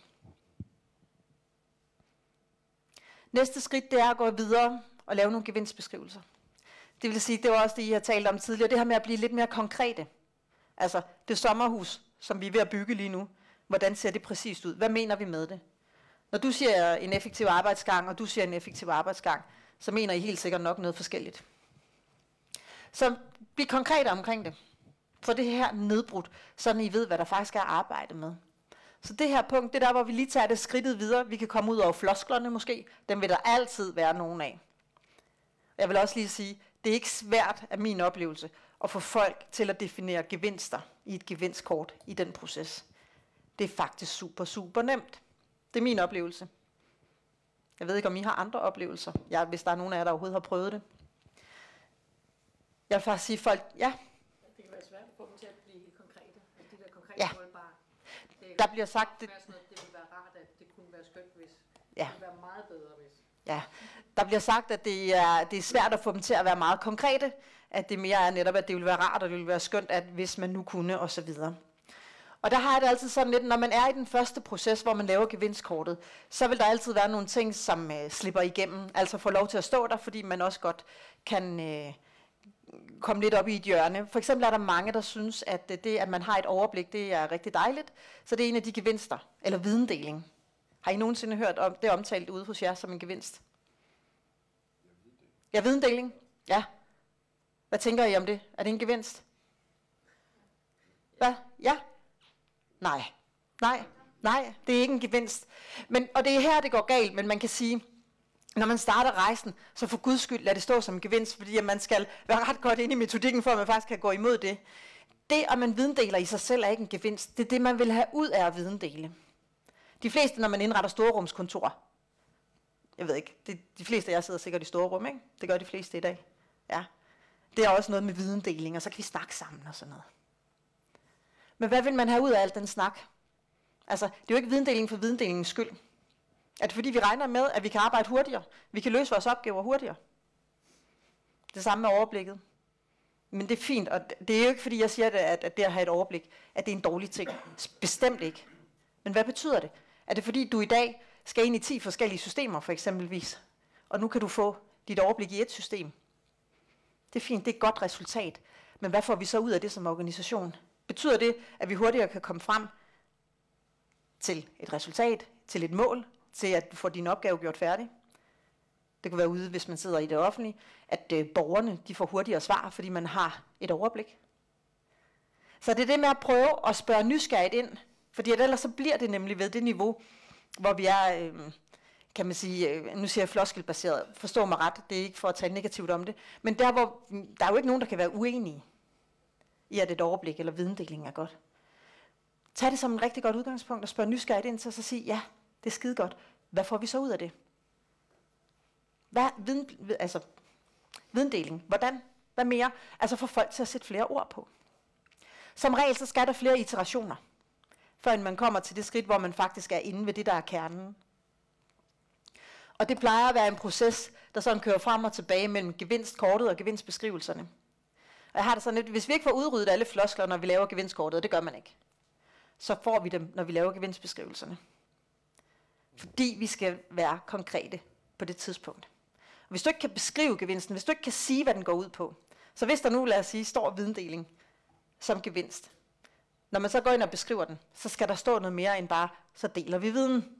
Næste skridt, det er at gå videre og lave nogle gevinstbeskrivelser. Det vil sige, det var også det, I har talt om tidligere, det her med at blive lidt mere konkrete. Altså det sommerhus, som vi er ved at bygge lige nu, hvordan ser det præcist ud? Hvad mener vi med det? Når du siger en effektiv arbejdsgang, og du siger en effektiv arbejdsgang, så mener I helt sikkert nok noget forskelligt. Så bliv konkrete omkring det. Få det her nedbrudt, så I ved, hvad der faktisk er at arbejde med. Så det her punkt, det er der, hvor vi lige tager det skridtet videre. Vi kan komme ud over flosklerne måske. Dem vil der altid være nogen af. Jeg vil også lige sige, det er ikke svært af min oplevelse at få folk til at definere gevinster i et gevinstkort i den proces. Det er faktisk super, super nemt. Det er min oplevelse. Jeg ved ikke, om I har andre oplevelser, hvis der er nogen af jer, der overhovedet har prøvet det. Jeg vil faktisk sige folk, ja. Det kan være svært at få dem til at blive konkrete. Altså de der konkrete ja. målbare. Der bliver sagt, det ville være rart, at det kunne være skønt, hvis. Ja. Det ville være meget bedre, hvis. Ja, der bliver sagt, at det er svært at få dem til at være meget konkrete. At det mere er netop, at det ville være rart, og det ville være skønt, at hvis man nu kunne, og så videre. Og der har jeg det altid sådan lidt, når man er i den første proces, hvor man laver gevinstkortet, så vil der altid være nogle ting, som slipper igennem. Altså får lov til at stå der, fordi man også godt kan komme lidt op i et hjørne. For eksempel er der mange, der synes, at det, at man har et overblik, det er rigtig dejligt. Så det er en af de gevinster, eller videndeling. Har I nogensinde hørt om det omtalt ude hos jer som en gevinst? Ja, videndeling. Ja. Hvad tænker I om det? Er det en gevinst? Hvad? Ja? Nej. Nej, det er ikke en gevinst. Og det er her, det går galt, men man kan sige, når man starter rejsen, så for Guds skyld lad det stå som en gevinst, fordi man skal være ret godt inde i metodikken, for at man faktisk kan gå imod det. Det, at man videndeler i sig selv, er ikke en gevinst. Det er det, man vil have ud af at videndele. De fleste, når man indretter storrumskontorer, jeg ved ikke, de fleste af jer sidder sikkert i store rum, ikke? Det gør de fleste i dag. Ja. Det er også noget med videndeling, og så kan vi snakke sammen og sådan noget. Men hvad vil man have ud af al den snak? Altså, det er jo ikke videndeling for videndelingens skyld. Er det fordi, vi regner med, at vi kan arbejde hurtigere? Vi kan løse vores opgaver hurtigere? Det samme med overblikket. Men det er fint, og det er jo ikke fordi, jeg siger, at det at have et overblik, at det er en dårlig ting. Bestemt ikke. Men hvad betyder det? Er det fordi, du i dag skal ind i 10 forskellige systemer, for eksempelvis, og nu kan du få dit overblik i et system? Det er fint, det er et godt resultat. Men hvad får vi så ud af det som organisation? Betyder det, at vi hurtigere kan komme frem til et resultat, til et mål, til at du får din opgave gjort færdig? Det kunne være ude, hvis man sidder i det offentlige, at borgerne de får hurtigere svar, fordi man har et overblik. Så det er det med at prøve at spørge nysgerrigt ind, fordi ellers så bliver det nemlig ved det niveau, hvor vi er, kan man sige, nu siger jeg floskelbaseret, forstå mig ret, det er ikke for at tale negativt om det, men der hvor, der er jo ikke nogen, der kan være uenige i, at et overblik eller videndeling er godt. Tag det som et rigtig godt udgangspunkt og spørg nysgerrigt ind til at så sige, ja, det er skide godt. Hvad får vi så ud af det? Videndeling. Hvordan? Hvad mere? Altså få folk til at sætte flere ord på. Som regel så skal der flere iterationer, før man kommer til det skridt, hvor man faktisk er inde ved det, der er kernen. Og det plejer at være en proces, der sådan kører frem og tilbage mellem gevinstkortet og gevinstbeskrivelserne. Og jeg har det sådan lidt, hvis vi ikke får udryddet alle floskler, når vi laver gevinstkortet, og det gør man ikke, så får vi dem, når vi laver gevinstbeskrivelserne. Fordi vi skal være konkrete på det tidspunkt. Og hvis du ikke kan beskrive gevinsten, hvis du ikke kan sige, hvad den går ud på, så hvis der nu, lad os sige, står videndeling som gevinst, når man så går ind og beskriver den, så skal der stå noget mere end bare, så deler vi viden.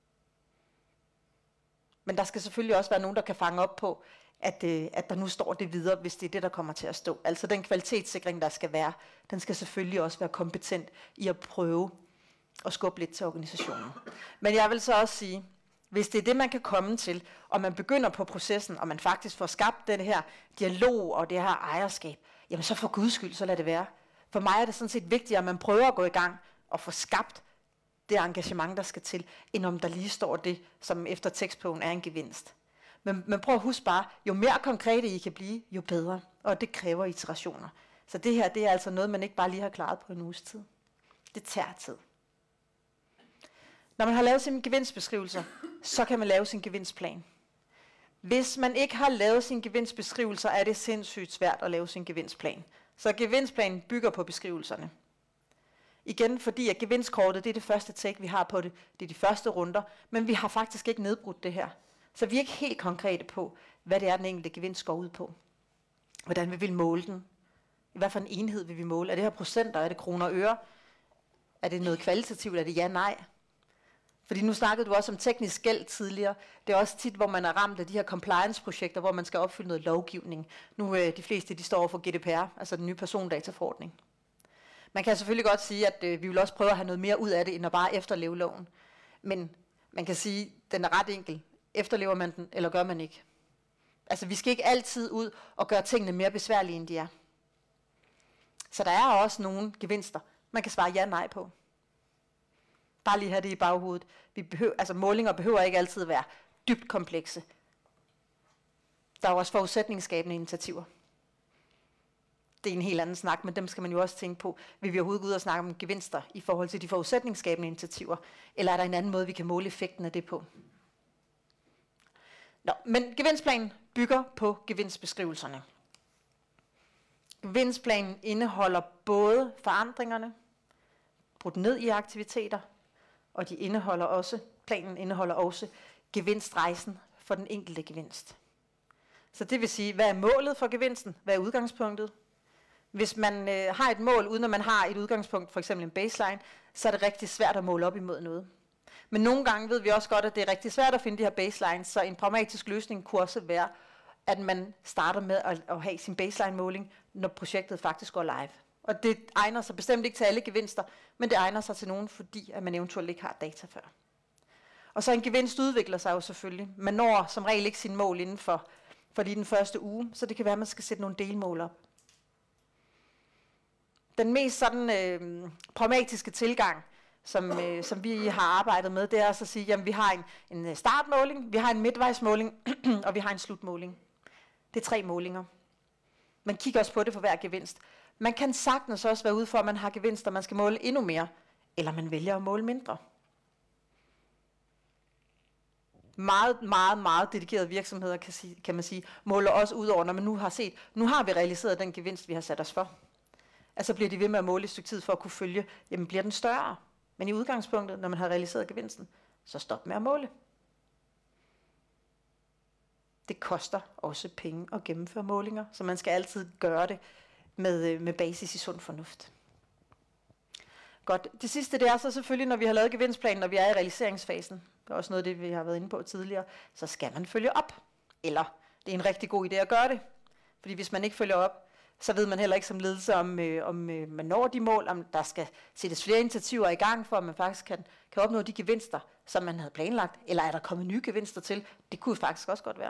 Men der skal selvfølgelig også være nogen, der kan fange op på, at der nu står det videre, hvis det er det, der kommer til at stå. Altså den kvalitetssikring, der skal være, den skal selvfølgelig også være kompetent i at prøve at skubbe lidt til organisationen. Men jeg vil så også sige, hvis det er det, man kan komme til, og man begynder på processen, og man faktisk får skabt den her dialog og det her ejerskab, jamen så for Guds skyld, så lad det være. For mig er det sådan set vigtigt, at man prøver at gå i gang og få skabt det engagement, der skal til, end om der lige står det, som efter tekstbogen er en gevinst. Men prøv at huske bare, jo mere konkrete I kan blive, jo bedre. Og det kræver iterationer. Så det her, det er altså noget, man ikke bare lige har klaret på en uges tid. Det tager tid. Når man har lavet sine gevinstbeskrivelser, så kan man lave sin gevinstplan. Hvis man ikke har lavet sine gevinstbeskrivelser, er det sindssygt svært at lave sin gevinstplan. Så gevinstplanen bygger på beskrivelserne. Igen, fordi at gevinstkortet, det er det første take, vi har på det. Det er de første runder, men vi har faktisk ikke nedbrudt det her. Så vi er ikke helt konkrete på, hvad det er, den enkelte gevinst går ud på. Hvordan vi vil måle den. I hvad for en enhed vil vi måle? Er det her procenter? Er det kroner og øre? Er det noget kvalitativt? Er det ja, nej? Fordi nu snakkede du også om teknisk gæld tidligere. Det er også tit, hvor man er ramt af de her compliance-projekter, hvor man skal opfylde noget lovgivning. Nu de fleste, de står over for GDPR, altså den nye persondataforordning. Man kan selvfølgelig godt sige, at vi vil også prøve at have noget mere ud af det, end at bare efterleve loven. Men man kan sige, at den er ret enkel. Efterlever man den, eller gør man ikke? Altså, vi skal ikke altid ud og gøre tingene mere besværlige, end de er. Så der er også nogle gevinster, man kan svare ja, nej på. Bare lige have det i baghovedet. Målinger behøver ikke altid være dybt komplekse. Der er også forudsætningsskabende initiativer. Det er en helt anden snak, men dem skal man jo også tænke på. Vil vi overhovedet gå ud og snakke om gevinster i forhold til de forudsætningsskabende initiativer? Eller er der en anden måde, vi kan måle effekten af det på? Nå, men gevinstplanen bygger på gevinstbeskrivelserne. Gevinstplanen indeholder både forandringerne, brudt ned i aktiviteter, og planen indeholder også gevinstrejsen for den enkelte gevinst. Så det vil sige, hvad er målet for gevinsten? Hvad er udgangspunktet? Hvis man har et mål, uden at man har et udgangspunkt, for eksempel en baseline, så er det rigtig svært at måle op imod noget. Men nogle gange ved vi også godt, at det er rigtig svært at finde de her baselines, så en pragmatisk løsning kunne også være, at man starter med at have sin baseline-måling, når projektet faktisk går live. Og det egner sig bestemt ikke til alle gevinster, men det egner sig til nogen, fordi at man eventuelt ikke har data før. Og så en gevinst udvikler sig jo selvfølgelig. Man når som regel ikke sine mål inden for lige den første uge, så det kan være, at man skal sætte nogle delmål op. Den mest sådan pragmatiske tilgang, som vi har arbejdet med, det er altså at sige, at vi har en startmåling, vi har en midtvejsmåling, og vi har en slutmåling. Det er 3 målinger. Man kigger også på det for hver gevinst. Man kan sagtens også være ude for, at man har gevinster, man skal måle endnu mere, eller man vælger at måle mindre. meget, meget, meget dedikerede virksomheder, kan man sige, måler også ud over, når man nu har set, nu har vi realiseret den gevinst, vi har sat os for. Altså bliver de ved med at måle et stykke tid for at kunne følge, jamen bliver den større. Men i udgangspunktet, når man har realiseret gevinsten, så stop med at måle. Det koster også penge at gennemføre målinger, så man skal altid gøre det med basis i sund fornuft. Godt. Det sidste, det er så selvfølgelig, når vi har lavet gevinstplanen, når vi er i realiseringsfasen, det er også noget af det, vi har været inde på tidligere, så skal man følge op. Eller det er en rigtig god idé at gøre det. Fordi hvis man ikke følger op, så ved man heller ikke som ledelse, om man når de mål, om der skal sættes flere initiativer i gang, for at man faktisk kan opnå de gevinster, som man havde planlagt. Eller er der kommet nye gevinster til? Det kunne faktisk også godt være.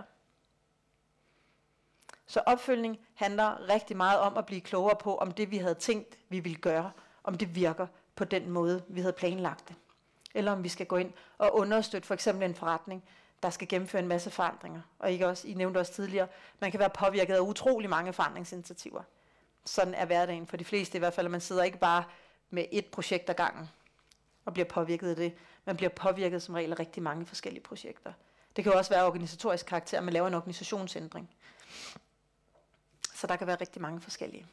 Så opfølgning handler rigtig meget om at blive klogere på, om det vi havde tænkt, vi ville gøre, om det virker på den måde, vi havde planlagt det. Eller om vi skal gå ind og understøtte for eksempel en forretning, der skal gennemføre en masse forandringer. Og I nævnte også tidligere, man kan være påvirket af utrolig mange forandringsinitiativer. Sådan er hverdagen for de fleste i hvert fald, at man sidder ikke bare med et projekt ad gangen og bliver påvirket af det. Man bliver påvirket som regel af rigtig mange forskellige projekter. Det kan jo også være organisatorisk karakter, at man laver en organisationsændring. Så der kan være rigtig mange forskellige.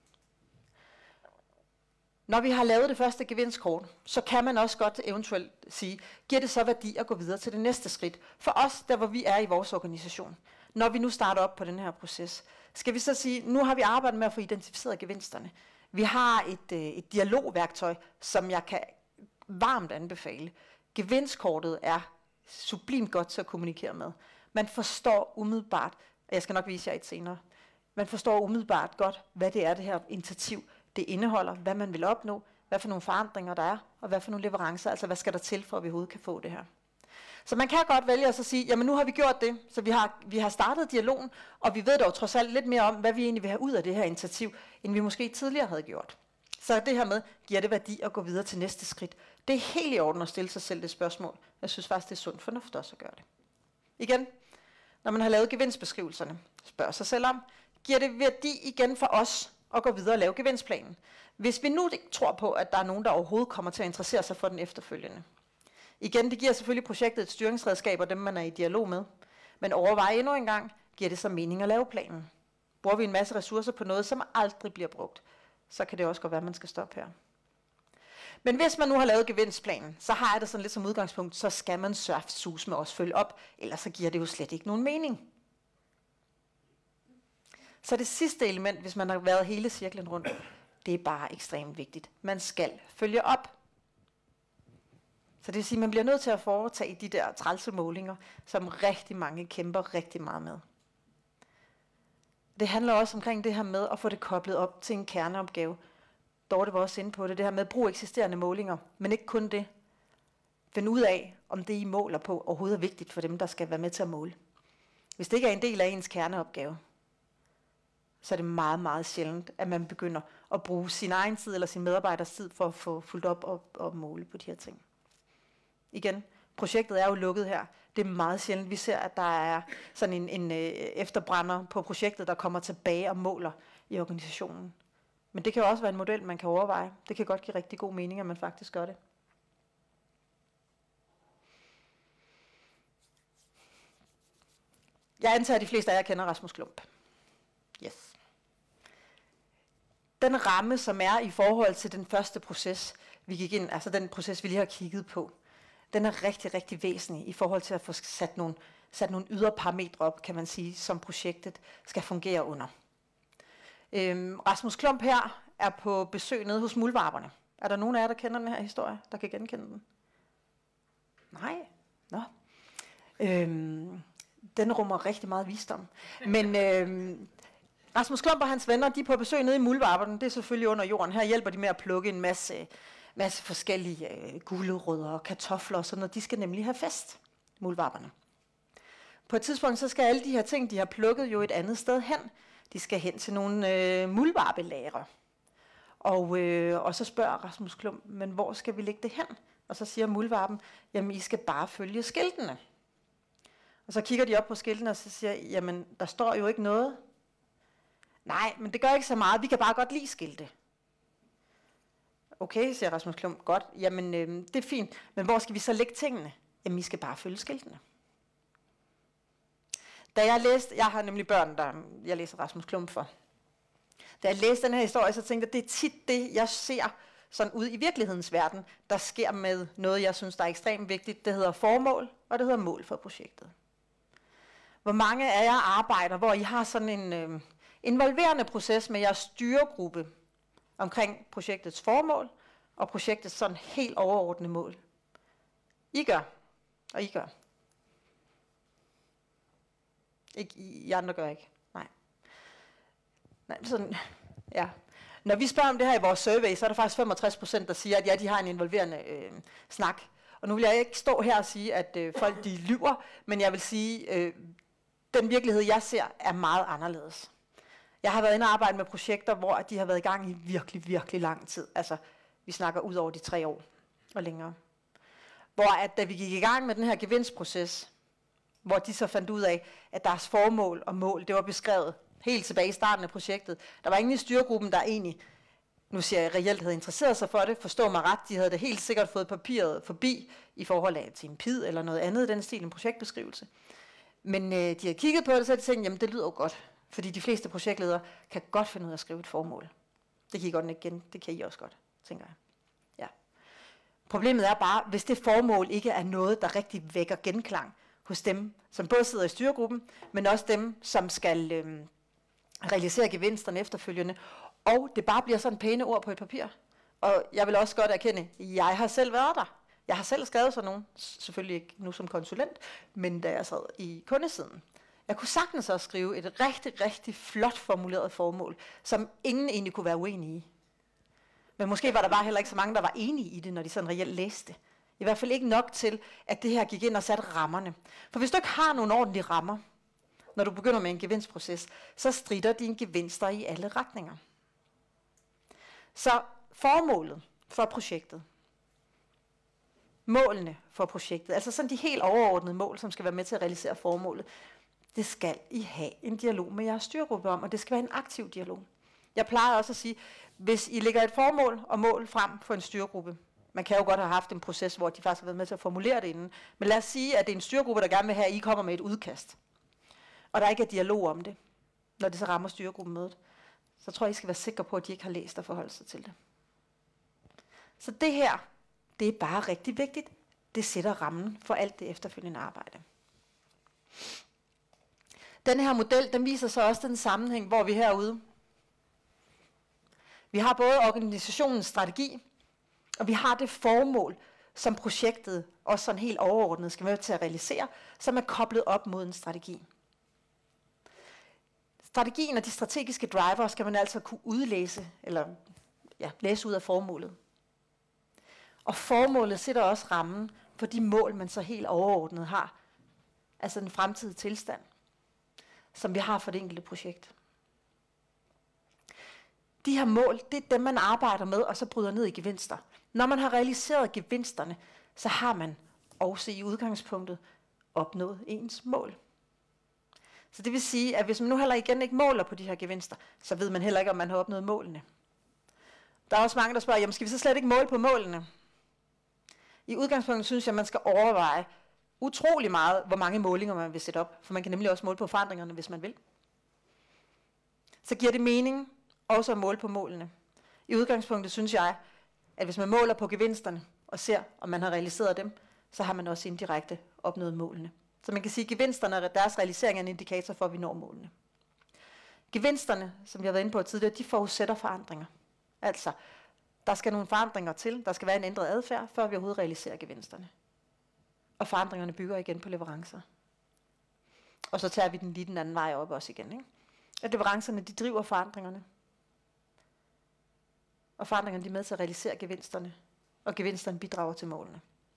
Når vi har lavet det første gevinstkort, så kan man også godt eventuelt sige, giver det så værdi at gå videre til det næste skridt? For os, der hvor vi er i vores organisation, når vi nu starter op på den her proces, skal vi så sige, nu har vi arbejdet med at få identificeret gevinsterne. Vi har et dialogværktøj, som jeg kan varmt anbefale. Gevinstkortet er sublimt godt til at kommunikere med. Man forstår umiddelbart, og jeg skal nok vise jer et senere, man forstår umiddelbart godt, hvad det er, det her initiativ det indeholder, hvad man vil opnå, hvad for nogle forandringer der er, og hvad for nogle leverancer, altså hvad skal der til, for at vi overhovedet kan få det her. Så man kan godt vælge at så sige, jamen nu har vi gjort det, så vi har startet dialogen, og vi ved dog trods alt lidt mere om, hvad vi egentlig vil have ud af det her initiativ, end vi måske tidligere havde gjort. Så det her med, giver det værdi at gå videre til næste skridt? Det er helt i orden at stille sig selv det spørgsmål. Jeg synes faktisk, det er sund fornuft også at gøre det. Igen, når man har lavet gevinstbeskrivelserne, spørg sig selv om, giver det værdi igen for os at gå videre og lave gevinstplanen? Hvis vi nu ikke tror på, at der er nogen, der overhovedet kommer til at interessere sig for den efterfølgende. Igen, det giver selvfølgelig projektet et styringsredskab, og dem man er i dialog med. Men overvej endnu en gang, giver det så mening at lave planen? Bruger vi en masse ressourcer på noget, som aldrig bliver brugt, så kan det også godt være, at man skal stoppe her. Men hvis man nu har lavet gevinstplanen, så har jeg det sådan lidt som udgangspunkt, så skal man surfsus med os følge op, ellers så giver det jo slet ikke nogen mening. Så det sidste element, hvis man har været hele cirklen rundt, det er bare ekstremt vigtigt. Man skal følge op. Så det vil sige, at man bliver nødt til at foretage de der trælse målinger, som rigtig mange kæmper rigtig meget med. Det handler også omkring det her med at få det koblet op til en kerneopgave. Dorte var også inde på det her med at bruge eksisterende målinger, men ikke kun det. Find ud af, om det I måler på overhovedet er vigtigt for dem, der skal være med til at måle. Hvis det ikke er en del af ens kerneopgave, så er det meget, meget sjældent, at man begynder at bruge sin egen tid eller sin medarbejders tid for at få fulgt op og måle på de her ting. Igen, projektet er jo lukket her. Det er meget sjældent, vi ser, at der er sådan en efterbrænder på projektet, der kommer tilbage og måler i organisationen. Men det kan jo også være en model, man kan overveje. Det kan godt give rigtig god mening, at man faktisk gør det. Jeg antager, at de fleste af jer kender Rasmus Klump. Yes. Den ramme, som er i forhold til den første proces, vi gik ind, altså den proces, vi lige har kigget på, den er rigtig, rigtig væsentlig i forhold til at få sat nogle ydre parametre op, kan man sige, som projektet skal fungere under. Rasmus Klump her er på besøg nede hos muldvarperne. Er der nogen af jer, der kender den her historie, der kan genkende den? Nej? Nå. Den rummer rigtig meget visdom. Men Rasmus Klump og hans venner, de er på besøg nede i muldvarperne. Det er selvfølgelig under jorden. Her hjælper de med at plukke en masse forskellige gulerødder og kartofler og sådan noget. De skal nemlig have fest, muldvarperne. På et tidspunkt, så skal alle de her ting, de har plukket, jo et andet sted hen. De skal hen til nogle muldvarpelagre. Og så spørger Rasmus Klump, men hvor skal vi lægge det hen? Og så siger muldvarpen, jamen I skal bare følge skiltene. Og så kigger de op på skiltene, og så siger jamen der står jo ikke noget. Nej, men det gør ikke så meget, vi kan bare godt lide skilte. Okay, siger Rasmus Klump, godt, jamen det er fint, men hvor skal vi så lægge tingene? Jamen I skal bare følge skiltene. Da jeg læste, jeg har nemlig børn, jeg læser Rasmus Klump for. Da jeg læste den her historie, så tænkte jeg, det er tit det, jeg ser sådan ude i virkelighedens verden, der sker med noget, jeg synes, der er ekstremt vigtigt. Det hedder formål, og det hedder mål for projektet. Hvor mange af jer arbejder, hvor I har sådan en involverende proces med jeres styregruppe omkring projektets formål og projektets sådan helt overordnede mål? I gør, og I gør. Ikke, I andre gør ikke. Nej, sådan, ja. Når vi spørger om det her i vores survey, så er der faktisk 65%, der siger, at ja, de har en involverende snak. Og nu vil jeg ikke stå her og sige, at folk de lyver, men jeg vil sige, den virkelighed, jeg ser, er meget anderledes. Jeg har været inde og arbejde med projekter, hvor de har været i gang i virkelig, virkelig lang tid. Altså, vi snakker ud over de 3 år og længere. Hvor at, da vi gik i gang med den her gevinstproces, hvor de så fandt ud af, at deres formål og mål, det var beskrevet helt tilbage i starten af projektet. Der var ingen i styregruppen, der egentlig, nu siger jeg reelt, havde interesseret sig for det. Forstå mig ret, de havde det helt sikkert fået papiret forbi i forhold til en PID eller noget andet i den stil, en projektbeskrivelse. Men de havde kigget på det, så havde de tænkt, jamen det lyder jo godt. Fordi de fleste projektledere kan godt finde ud af at skrive et formål. Det kan I godt igen, det kan I også godt, tænker jeg. Ja. Problemet er bare, hvis det formål ikke er noget, der rigtig vækker genklang hos dem, som både sidder i styregruppen, men også dem, som skal realisere gevinsterne efterfølgende, og det bare bliver sådan pæne ord på et papir. Og jeg vil også godt erkende, jeg har selv været der. Jeg har selv skrevet sådan nogen, selvfølgelig ikke nu som konsulent, men da jeg sad i kundesiden. Jeg kunne sagtens også skrive et rigtig, rigtig flot formuleret formål, som ingen egentlig kunne være uenige i. Men måske var der bare heller ikke så mange, der var enige i det, når de sådan reelt læste. I hvert fald ikke nok til, at det her gik ind og satte rammerne. For hvis du ikke har nogle ordentlige rammer, når du begynder med en gevinstproces, så stritter dine gevinster i alle retninger. Så formålet for projektet, målene for projektet, altså sådan de helt overordnede mål, som skal være med til at realisere formålet, det skal I have en dialog med jeres styregruppe om, og det skal være en aktiv dialog. Jeg plejer også at sige, hvis I lægger et formål og mål frem for en styregruppe, man kan jo godt have haft en proces, hvor de faktisk har været med til at formulere det inden, men lad os sige, at det er en styregruppe, der gerne vil have, at I kommer med et udkast, og der ikke er dialog om det, når det så rammer styregruppemødet, så tror jeg, I skal være sikre på, at de ikke har læst og forholdt sig til det. Så det her, det er bare rigtig vigtigt. Det sætter rammen for alt det efterfølgende arbejde. Den her model, den viser så også den sammenhæng, hvor vi herude. Vi har både organisationens strategi, og vi har det formål, som projektet også sådan helt overordnet skal være til at realisere, som er koblet op mod en strategi. Strategien og de strategiske driver skal man altså kunne udlæse, eller læse ud af formålet. Og formålet sætter også rammen for de mål, man så helt overordnet har. Altså den fremtidige tilstand, som vi har for det enkelte projekt. De her mål, det er dem, man arbejder med, og så bryder ned i gevinster. Når man har realiseret gevinsterne, så har man også i udgangspunktet opnået ens mål. Så det vil sige, at hvis man nu heller igen ikke måler på de her gevinster, så ved man heller ikke, om man har opnået målene. Der er også mange, der spørger, jamen skal vi så slet ikke måle på målene? I udgangspunktet synes jeg, at man skal overveje utrolig meget, hvor mange målinger man vil sætte op. For man kan nemlig også måle på forandringerne, hvis man vil. Så giver det mening også at måle på målene. I udgangspunktet synes jeg, at hvis man måler på gevinsterne og ser, om man har realiseret dem, så har man også indirekte opnået målene. Så man kan sige, at gevinsterne og deres realisering er en indikator for, at vi når målene. Gevinsterne, som vi har været inde på tidligere, de forudsætter forandringer. Altså, der skal nogle forandringer til, der skal være en ændret adfærd, før vi overhovedet realiserer gevinsterne. Og forandringerne bygger igen på leverancer. Og så tager vi den lige den anden vej op også igen. Ikke? At leverancerne, de driver forandringerne. Og forandringerne, de er med til at realisere gevinsterne. Og gevinsterne bidrager til målene.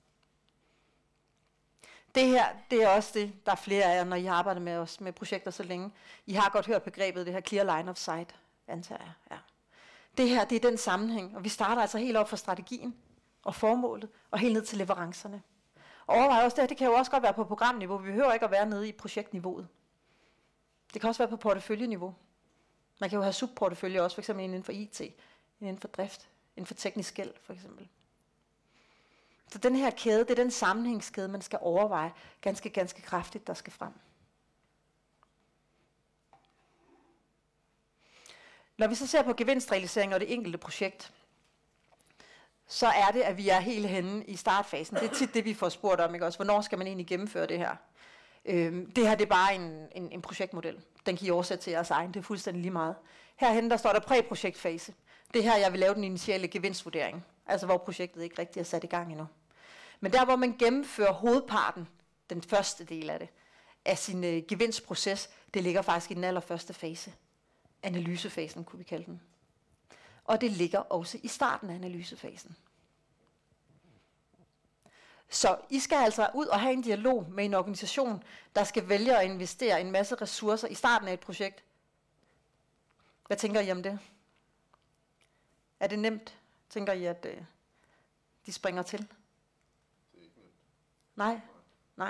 Det her, det er også det, der er flere af jer, når I har arbejdet med os med projekter så længe. I har godt hørt begrebet, det her clear line of sight, antager jeg. Ja. Det her, det er den sammenhæng, og vi starter altså helt op fra strategien og formålet, og helt ned til leverancerne. Og overvej også det her, det kan jo også godt være på programniveau, vi behøver ikke at være nede i projektniveauet. Det kan også være på porteføljeniveau. Man kan jo have subportefølje også, f.eks. inden for IT, inden for drift, inden for teknisk gæld, for eksempel. Så den her kæde, det er den sammenhængskæde, man skal overveje ganske, ganske kraftigt, der skal frem. Når vi så ser på gevinstrealisering og det enkelte projekt, så er det, at vi er helt henne i startfasen. Det er tit det, vi får spurgt om, ikke også? Hvornår skal man egentlig gennemføre det her? Det her det er bare en projektmodel. Den kan I oversætte til jeres egen, det er fuldstændig lige meget. Herhenne der står der præprojektfase. Det er her, jeg vil lave den initiale gevinstvurdering, altså hvor projektet ikke rigtig er sat i gang endnu. Men der, hvor man gennemfører hovedparten, den første del af det, af sin gevinstproces, det ligger faktisk i den allerførste fase. Analysefasen, kunne vi kalde den. Og det ligger også i starten af analysefasen. Så I skal altså ud og have en dialog med en organisation, der skal vælge at investere en masse ressourcer i starten af et projekt. Hvad tænker I om det? Er det nemt? Tænker I, at de springer til? Det er ikke nemt. Nej. Nej.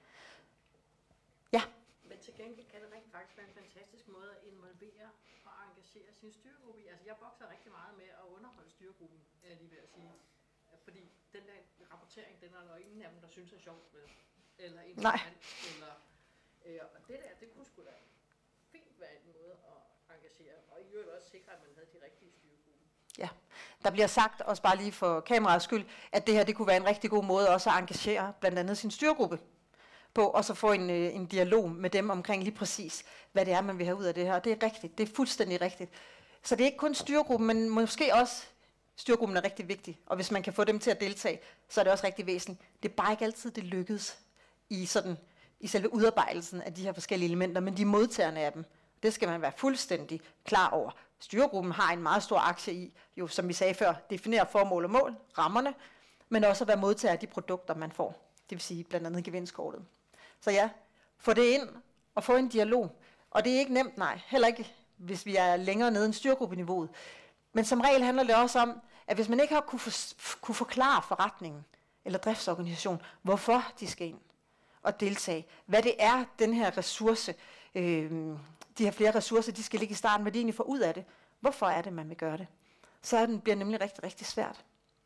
Ja. Men til gengæld kan det rent faktisk være en fantastisk måde at involvere og engagere sin styregruppe i. Altså jeg bokser rigtig meget med at underholde styregruppen, er jeg lige ved at sige. Fordi den der rapportering, den er der ingen af dem, der synes er sjovt med. Eller interessant. Eller, og det der, det kunne sgu da fint være en måde at engagere. Og i øvrigt også sikre, at man havde de rigtige styregruppe. Ja, der bliver sagt, også bare lige for kameraets skyld, at det her det kunne være en rigtig god måde også at engagere blandt andet sin styregruppe på, og så få en dialog med dem omkring lige præcis, hvad det er, man vil have ud af det her. Det er rigtigt, det er fuldstændig rigtigt. Så det er ikke kun styregruppen, men måske også styregruppen er rigtig vigtig, og hvis man kan få dem til at deltage, så er det også rigtig væsentligt. Det er bare ikke altid, det lykkes i selve udarbejdelsen af de her forskellige elementer, men de modtagerne af dem, det skal man være fuldstændig klar over. Styregruppen har en meget stor aktie i, jo som vi sagde før, definere formål og mål, rammerne, men også at være modtager af de produkter, man får. Det vil sige blandt andet gevinstkortet. Så ja, få det ind og få en dialog. Og det er ikke nemt, nej. Heller ikke, hvis vi er længere nede end styregruppeniveauet. Men som regel handler det også om, at hvis man ikke har kunne forklare forretningen eller driftsorganisation, hvorfor de skal ind og deltage, hvad det er, den her ressource, de her flere ressourcer, de skal ligge i starten, hvad de egentlig får ud af det. Hvorfor er det, man vil gøre det? Så bliver det nemlig rigtig, rigtig svært.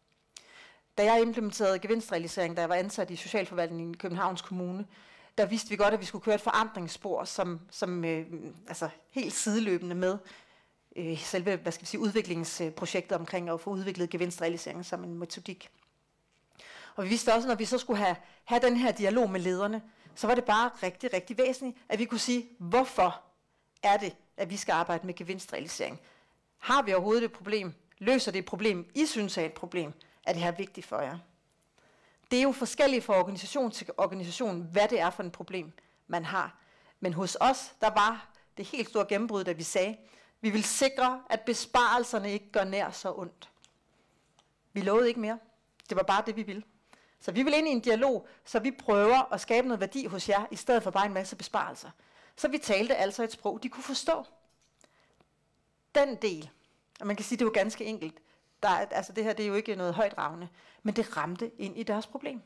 Da jeg implementerede gevinstrealisering, da jeg var ansat i socialforvaltningen i Københavns Kommune, der vidste vi godt, at vi skulle køre et forandringsspor, som helt sideløbende med selve udviklingsprojektet omkring at få udviklet gevinstrealisering som en metodik. Og vi vidste også, når vi så skulle have den her dialog med lederne, så var det bare rigtig, rigtig væsentligt, at vi kunne sige, hvorfor er det, at vi skal arbejde med gevinstrealisering? Har vi overhovedet et problem? Løser det et problem, I synes er et problem? Er det her vigtigt for jer? Det er jo forskelligt fra organisation til organisation, hvad det er for et problem, man har. Men hos os, der var det helt store gennembrud, da vi sagde, vi vil sikre, at besparelserne ikke gør nær så ondt. Vi lovede ikke mere. Det var bare det, vi ville. Så vi vil ind i en dialog, så vi prøver at skabe noget værdi hos jer, i stedet for bare en masse besparelser. Så vi talte altså et sprog, de kunne forstå. Den del, og man kan sige, det var ganske enkelt. Det her det er jo ikke noget højtravende, men det ramte ind i deres problem.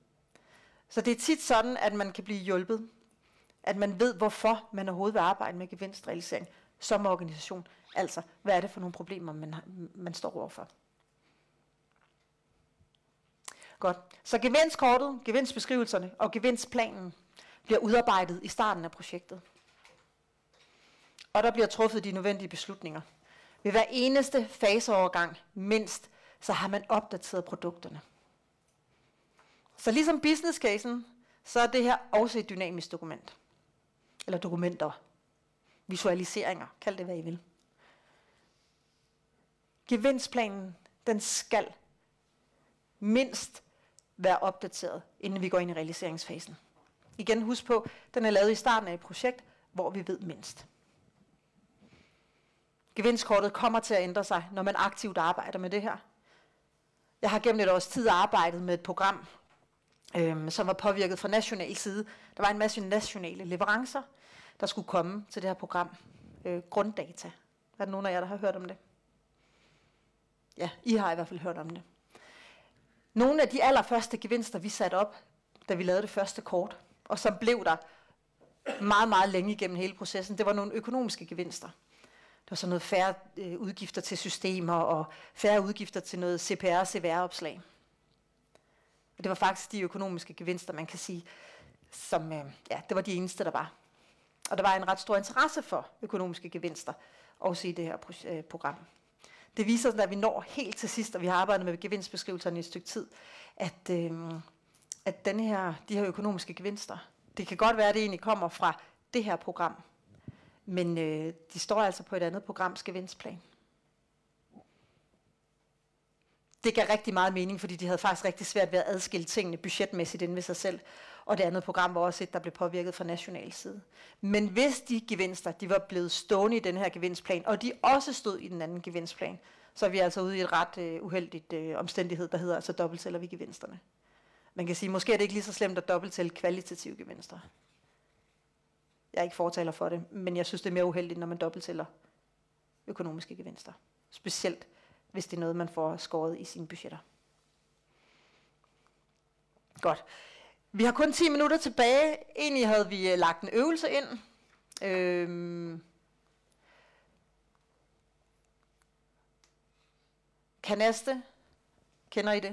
Så det er tit sådan, at man kan blive hjulpet. At man ved, hvorfor man overhovedet vil arbejde med gevinstrealisering som organisation. Altså, hvad er det for nogle problemer, man står overfor. Godt. Så gevinstkortet, gevinstbeskrivelserne og gevinstplanen bliver udarbejdet i starten af projektet. Og der bliver truffet de nødvendige beslutninger. Ved hver eneste faseovergang, mindst, så har man opdateret produkterne. Så ligesom business casen, så er det her også et dynamisk dokument. Eller dokumenter. Visualiseringer, kald det hvad I vil. Gevinstplanen, den skal mindst være opdateret, inden vi går ind i realiseringsfasen. Igen husk på, den er lavet i starten af et projekt, hvor vi ved mindst. Gevinstkortet kommer til at ændre sig, når man aktivt arbejder med det her. Jeg har gennem et års tid arbejdet med et program, som var påvirket fra national side. Der var en masse nationale leverancer, der skulle komme til det her program. Grunddata. Er der nogen af jer, der har hørt om det? Ja, I har i hvert fald hørt om det. Nogle af de allerførste gevinster, vi satte op, da vi lavede det første kort, og som blev der meget, meget længe igennem hele processen, det var nogle økonomiske gevinster. Der var sådan noget færre udgifter til systemer, og færre udgifter til noget CPR og CVR-opslag. Og det var faktisk de økonomiske gevinster, man kan sige, som det var de eneste, der var. Og der var en ret stor interesse for økonomiske gevinster. også i det her program. Det viser sig, at vi når helt til sidst, og vi har arbejdet med gevinstbeskrivelserne i et stykke tid, at de her økonomiske gevinster, det kan godt være, at det egentlig kommer fra det her program, men de står altså på et andet programs gevinstplan. Det gav rigtig meget mening, fordi de havde faktisk rigtig svært ved at adskille tingene budgetmæssigt inden ved sig selv. Og det andet program var også et, der blev påvirket fra national side. Men hvis de gevinster, de var blevet stående i den her gevinstplan, og de også stod i den anden gevinstplan, så er vi altså ude i et ret uheldigt omstændighed, der hedder altså dobbelttæller vi gevinsterne. Man kan sige, måske er det ikke lige så slemt at dobbelttælle kvalitative gevinster. Jeg er ikke fortaler for det, men jeg synes, det er mere uheldigt, når man dobbelttæller økonomiske gevinster. Specielt hvis det er noget, man får skåret i sine budgetter. Godt. Vi har kun 10 minutter tilbage. Egentlig havde vi lagt en øvelse ind. Kanaste. Kender I det?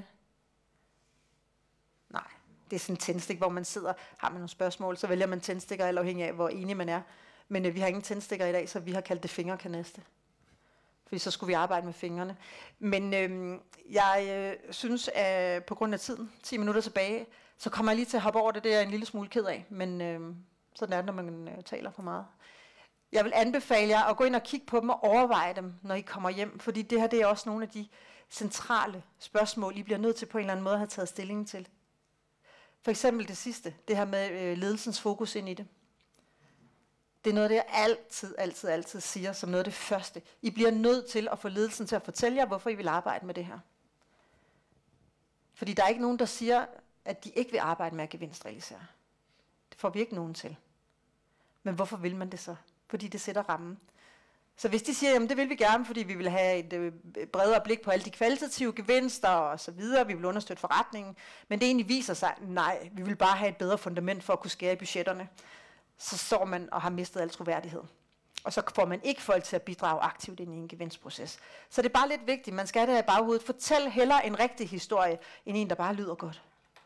Nej. Det er sådan en tændstik, hvor man sidder, har man nogle spørgsmål, så vælger man tændstikker, alt afhængig af, hvor enig man er. Men vi har ingen tændstikker i dag, så vi har kaldt det fingerkanaste. Fordi så skulle vi arbejde med fingrene. Men jeg synes, at på grund af tiden, 10 minutter tilbage, så kommer jeg lige til at hoppe over det, det er jeg en lille smule ked af. Men sådan er det, når man taler for meget. Jeg vil anbefale jer at gå ind og kigge på dem og overveje dem, når I kommer hjem. Fordi det her, det er også nogle af de centrale spørgsmål, I bliver nødt til på en eller anden måde at have taget stilling til. For eksempel det sidste, det her med ledelsens fokus ind i det. Det er noget, det jeg altid siger som noget af det første. I bliver nødt til at få ledelsen til at fortælle jer, hvorfor I vil arbejde med det her. Fordi der er ikke nogen, der siger, at de ikke vil arbejde med at gevinstrealisere. Det får vi ikke nogen til. Men hvorfor vil man det så? Fordi det sætter rammen. Så hvis de siger, jamen det vil vi gerne, fordi vi vil have et bredere blik på alle de kvalitative gevinster og så videre, vi vil understøtte forretningen, men det egentlig viser sig, nej, vi vil bare have et bedre fundament for at kunne skære i budgetterne, så står man og har mistet al troværdighed. Og så får man ikke folk til at bidrage aktivt ind i en gevinstproces. Så det er bare lidt vigtigt, man skal have det her i baghovedet. Fortæl hellere en rigtig historie, end en, der bare lyder godt.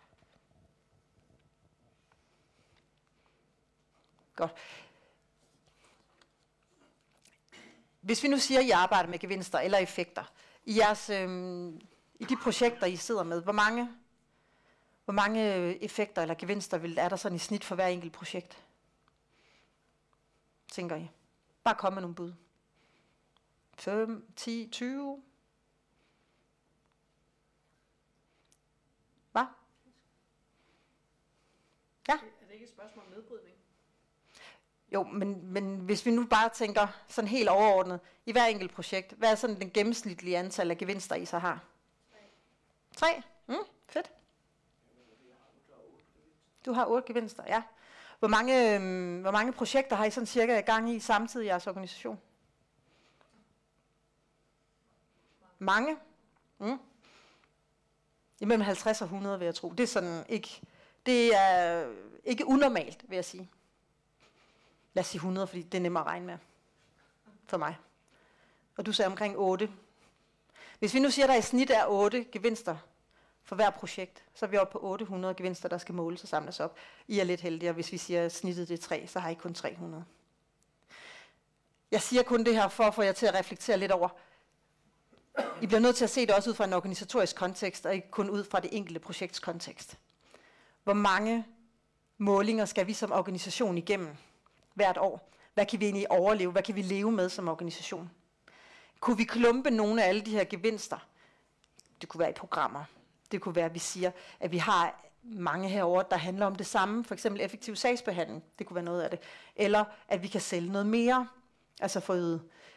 Godt. Hvis vi nu siger, at I arbejder med gevinster eller effekter, i de projekter, I sidder med, hvor mange effekter eller gevinster er der sådan i snit for hver enkelt projekt? Tænker I? Bare kom med nogle bud. 5, 10, 20? Hvad? Ja? Er det ikke et spørgsmål om nedbrydning? Jo, men hvis vi nu bare tænker sådan helt overordnet, i hver enkelt projekt, hvad er sådan den gennemsnitlige antal af gevinster, I så har? 3? Fedt. Du har 8 gevinster, ja. Hvor mange projekter har I sådan cirka i gang i samtidig i jeres organisation? Mange? Imellem 50 og 100 vil jeg tro. Det er ikke unormalt, vil jeg sige. Lad os sige 100, fordi det er nemmere at regne med for mig. Og du sagde omkring 8. Hvis vi nu siger, at der i snit er 8 gevinster for hver projekt, så er vi oppe på 800 gevinster, der skal måles og samles op. I er lidt heldigere, hvis vi siger, at snittet det er 3, så har I kun 300. Jeg siger kun det her for at få jer til at reflektere lidt over. I bliver nødt til at se det også ud fra en organisatorisk kontekst, og ikke kun ud fra det enkelte projekts kontekst. Hvor mange målinger skal vi som organisation igennem hvert år? Hvad kan vi egentlig overleve? Hvad kan vi leve med som organisation? Kunne vi klumpe nogle af alle de her gevinster? Det kunne være i programmer. Det kunne være, at vi siger, at vi har mange herovre, der handler om det samme. For eksempel effektiv sagsbehandling. Det kunne være noget af det. Eller at vi kan sælge noget mere. Altså få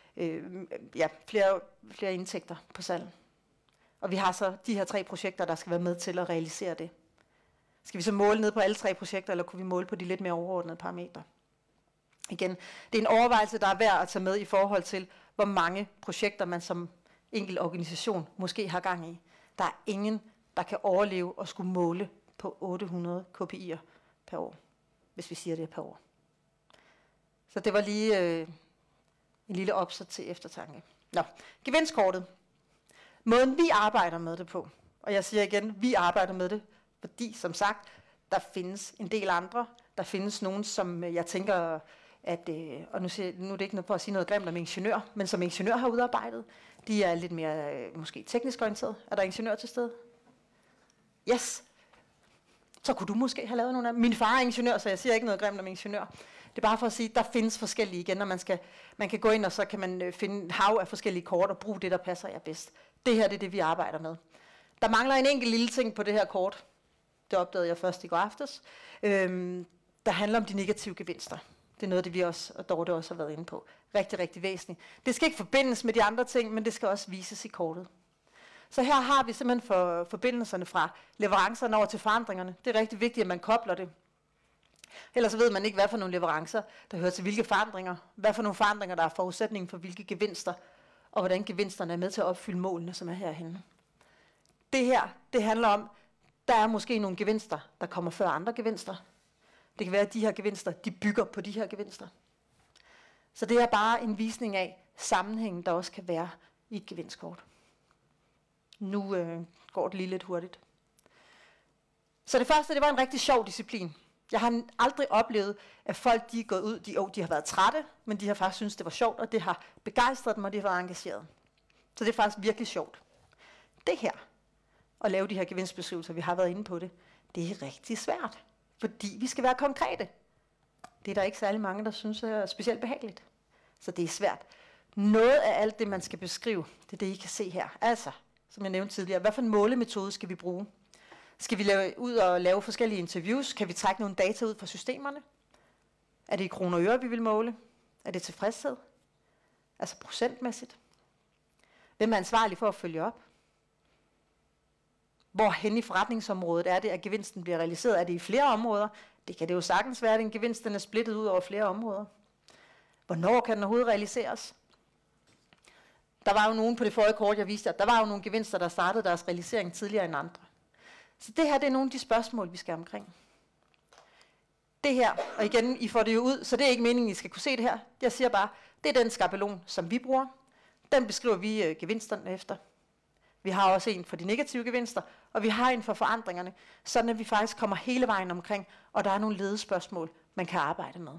flere indtægter på salg. Og vi har så de her 3 projekter, der skal være med til at realisere det. Skal vi så måle ned på alle 3 projekter, eller kunne vi måle på de lidt mere overordnede parametre? Igen, det er en overvejelse, der er værd at tage med i forhold til, hvor mange projekter man som enkelt organisation måske har gang i. Der er ingen, der kan overleve og skulle måle på 800 KPI'er per år, hvis vi siger det per år. Så det var lige en lille opsat til eftertanke. Nå, gevinstkortet. Måden vi arbejder med det på, og jeg siger igen, vi arbejder med det, fordi som sagt, der findes en del andre. Der findes nogen, som jeg tænker og nu er det ikke noget for at sige noget grimt om ingeniør, men som ingeniør har udarbejdet, de er lidt mere måske teknisk orienteret. Er der ingeniør til stede? Yes. Så kunne du måske have lavet nogle af dem. Min far er ingeniør, så jeg siger ikke noget grimt om ingeniør. Det er bare for at sige, at der findes forskellige igen, og man kan gå ind, og så kan man finde hav af forskellige kort og bruge det, der passer jer bedst. Det her det er det, vi arbejder med. Der mangler en enkelt lille ting på det her kort. Det opdagede jeg først i går aftes. Der handler om de negative gevinster. Det er noget, det vi også, og Dorte også har været inde på. Rigtig, rigtig væsentligt. Det skal ikke forbindes med de andre ting, men det skal også vises i kortet. Så her har vi simpelthen forbindelserne fra leverancerne over til forandringerne. Det er rigtig vigtigt, at man kobler det. Ellers så ved man ikke, hvad for nogle leverancer, der hører til hvilke forandringer. Hvad for nogle forandringer, der er forudsætningen for hvilke gevinster. Og hvordan gevinsterne er med til at opfylde målene, som er herhenne. Det her, det handler om, der er måske nogle gevinster, der kommer før andre gevinster. Det kan være, at de her gevinster, de bygger på de her gevinster. Så det er bare en visning af sammenhængen, der også kan være i et gevinstkort. Nu går det lige lidt hurtigt. Så det første, det var en rigtig sjov disciplin. Jeg har aldrig oplevet, at folk de er gået ud, de har været trætte, men de har faktisk syntes, det var sjovt, og det har begejstret dem, og de har været engageret. Så det er faktisk virkelig sjovt. Det her, at lave de her gevinstbeskrivelser, vi har været inde på det, det er rigtig svært, fordi vi skal være konkrete. Det er der ikke særlig mange, der synes er specielt behageligt. Så det er svært. Noget af alt det, man skal beskrive, det er det, I kan se her. Altså, som jeg nævnte tidligere, hvad for en målemetode skal vi bruge? Skal vi lave forskellige interviews? Kan vi trække nogle data ud fra systemerne? Er det i kroner og øre, vi vil måle? Er det tilfredshed? Altså procentmæssigt? Hvem er ansvarlig for at følge op? Hvorhen i forretningsområdet er det, at gevinsten bliver realiseret? Er det i flere områder? Det kan det jo sagtens være, at en gevinst den er splittet ud over flere områder. Hvornår kan den overhovedet realiseres? Der var jo nogen på det forrige kort, jeg viste jer, der var jo nogle gevinster, der startede deres realisering tidligere end andre. Så det her, det er nogle af de spørgsmål, vi skal omkring. Det her, og igen, I får det jo ud, så det er ikke meningen, I skal kunne se det her. Jeg siger bare, det er den skabelon, som vi bruger. Den beskriver vi gevinsterne efter. Vi har også en for de negative gevinster, og vi har en for forandringerne, sådan at vi faktisk kommer hele vejen omkring, og der er nogle ledespørgsmål, man kan arbejde med.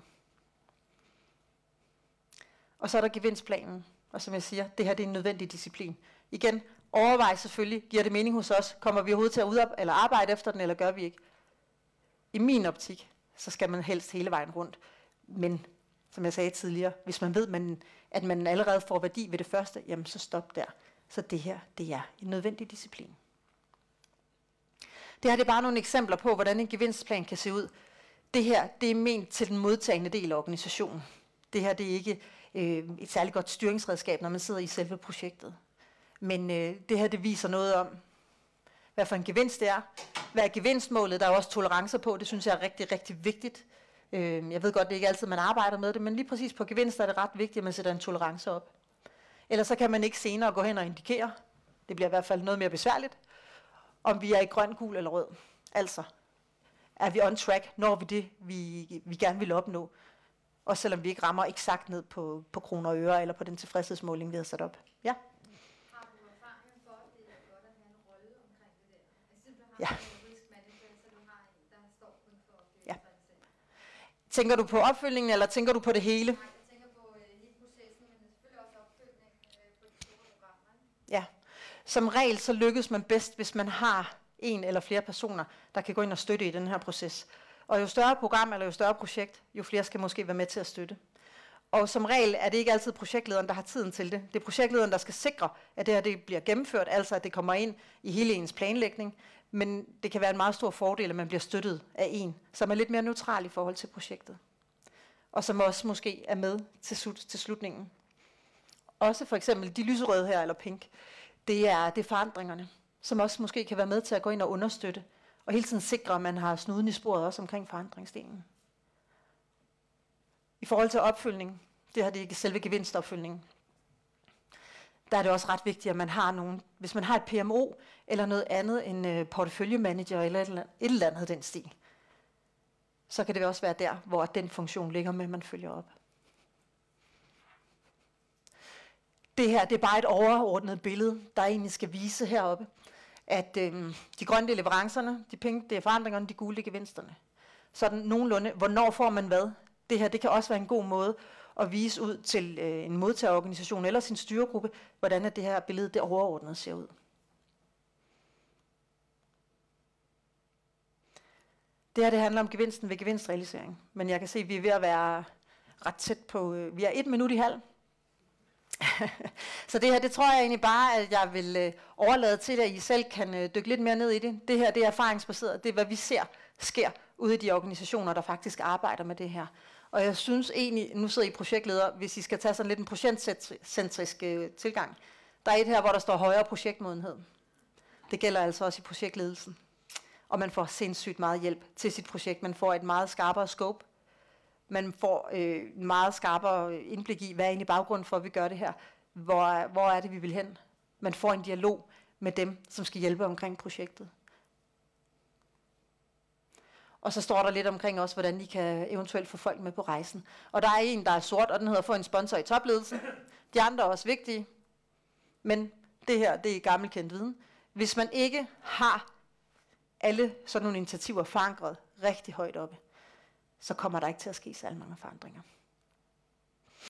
Og så er der gevinstplanen, og som jeg siger, det her det er en nødvendig disciplin. Igen, overvej selvfølgelig, giver det mening hos os? Kommer vi overhovedet til at arbejde efter den, eller gør vi ikke? I min optik, så skal man helst hele vejen rundt. Men, som jeg sagde tidligere, hvis man ved, at man allerede får værdi ved det første, jamen så stop der. Så det her, det er en nødvendig disciplin. Det her det er bare nogle eksempler på, hvordan en gevinstplan kan se ud. Det her, det er ment til den modtagende del af organisationen. Det her, det er ikke et særligt godt styringsredskab, når man sidder i selve projektet. Men det her, det viser noget om, hvad for en gevinst det er. Hvad er gevinstmålet? Der er også tolerancer på. Det synes jeg er rigtig, rigtig vigtigt. Jeg ved godt, det er ikke altid, man arbejder med det, men lige præcis på gevinst er det ret vigtigt, at man sætter en tolerance op. Ellers så kan man ikke senere gå hen og indikere, det bliver i hvert fald noget mere besværligt, om vi er i grøn, gul eller rød. Altså, er vi on track, når vi det, vi gerne vil opnå. Også selvom vi ikke rammer eksakt ned på kroner og øre, eller på den tilfredshedsmåling, vi har sat op. Ja? Har du erfaring for, at det er godt at have en rolle omkring det der? Jeg simpelthen har Ja. en risk manager, så du har en, der står kun for Ja. Tænker du på opfølgningen, eller tænker du på det hele? Nej, jeg tænker på hele processen, men selvfølgelig også opfølgning på de store programmer. Ja. Som regel så lykkes man bedst, hvis man har en eller flere personer, der kan gå ind og støtte i den her proces. Og jo større program eller jo større projekt, jo flere skal måske være med til at støtte. Og som regel er det ikke altid projektlederen, der har tiden til det. Det er projektlederen, der skal sikre, at det her det bliver gennemført, altså at det kommer ind i hele ens planlægning. Men det kan være en meget stor fordel, at man bliver støttet af en, som er lidt mere neutral i forhold til projektet. Og som også måske er med til slutningen. Også for eksempel de lyserøde her, eller pink, det er forandringerne, som også måske kan være med til at gå ind og understøtte, og hele tiden sikre, at man har snuden i sporet også omkring forandringsdelen. I forhold til opfølgning, det her det er ikke selve gevinstopfølgningen, der er det også ret vigtigt, at man har nogen, hvis man har et PMO, eller noget andet, en porteføljemanager, eller et eller andet af den stil, så kan det også være der, hvor den funktion ligger med, at man følger op. Det her, det er bare et overordnet billede, der egentlig skal vise heroppe, at de grønne det er leverancerne, de pink det er forandringerne, de gule det er gevinsterne. Sådan nogenlunde, hvornår får man hvad? Det her, det kan også være en god måde at vise ud til en modtagerorganisation eller sin styregruppe, hvordan det her billede, det overordnet ser ud. Det her, det handler om gevinsten ved gevinstrealisering, men jeg kan se, at vi er ved at være ret tæt på, vi er 1 minut i halv. Så det her, det tror jeg egentlig bare, at jeg vil overlade til, at I selv kan dykke lidt mere ned i det. Det her, det er erfaringsbaseret, det er, hvad vi ser sker ude i de organisationer, der faktisk arbejder med det her. Og jeg synes egentlig, nu sidder I projektleder, hvis I skal tage sådan lidt en projektcentrisk tilgang. Der er et her, hvor der står højere projektmodenhed. Det gælder altså også i projektledelsen. Og man får sindssygt meget hjælp til sit projekt. Man får et meget skarpere scope. Man får meget skarpere indblik i, hvad er egentlig baggrunden for, at vi gør det her. Hvor er det, vi vil hen? Man får en dialog med dem, som skal hjælpe omkring projektet. Og så står der lidt omkring også, hvordan I kan eventuelt få folk med på rejsen. Og der er en, der er sort, og den hedder få en sponsor i topledelsen. De andre er også vigtige. Men det her, det er gammelkendt viden. Hvis man ikke har alle sådan nogle initiativer forankret rigtig højt oppe, så kommer der ikke til at ske særlig mange forandringer.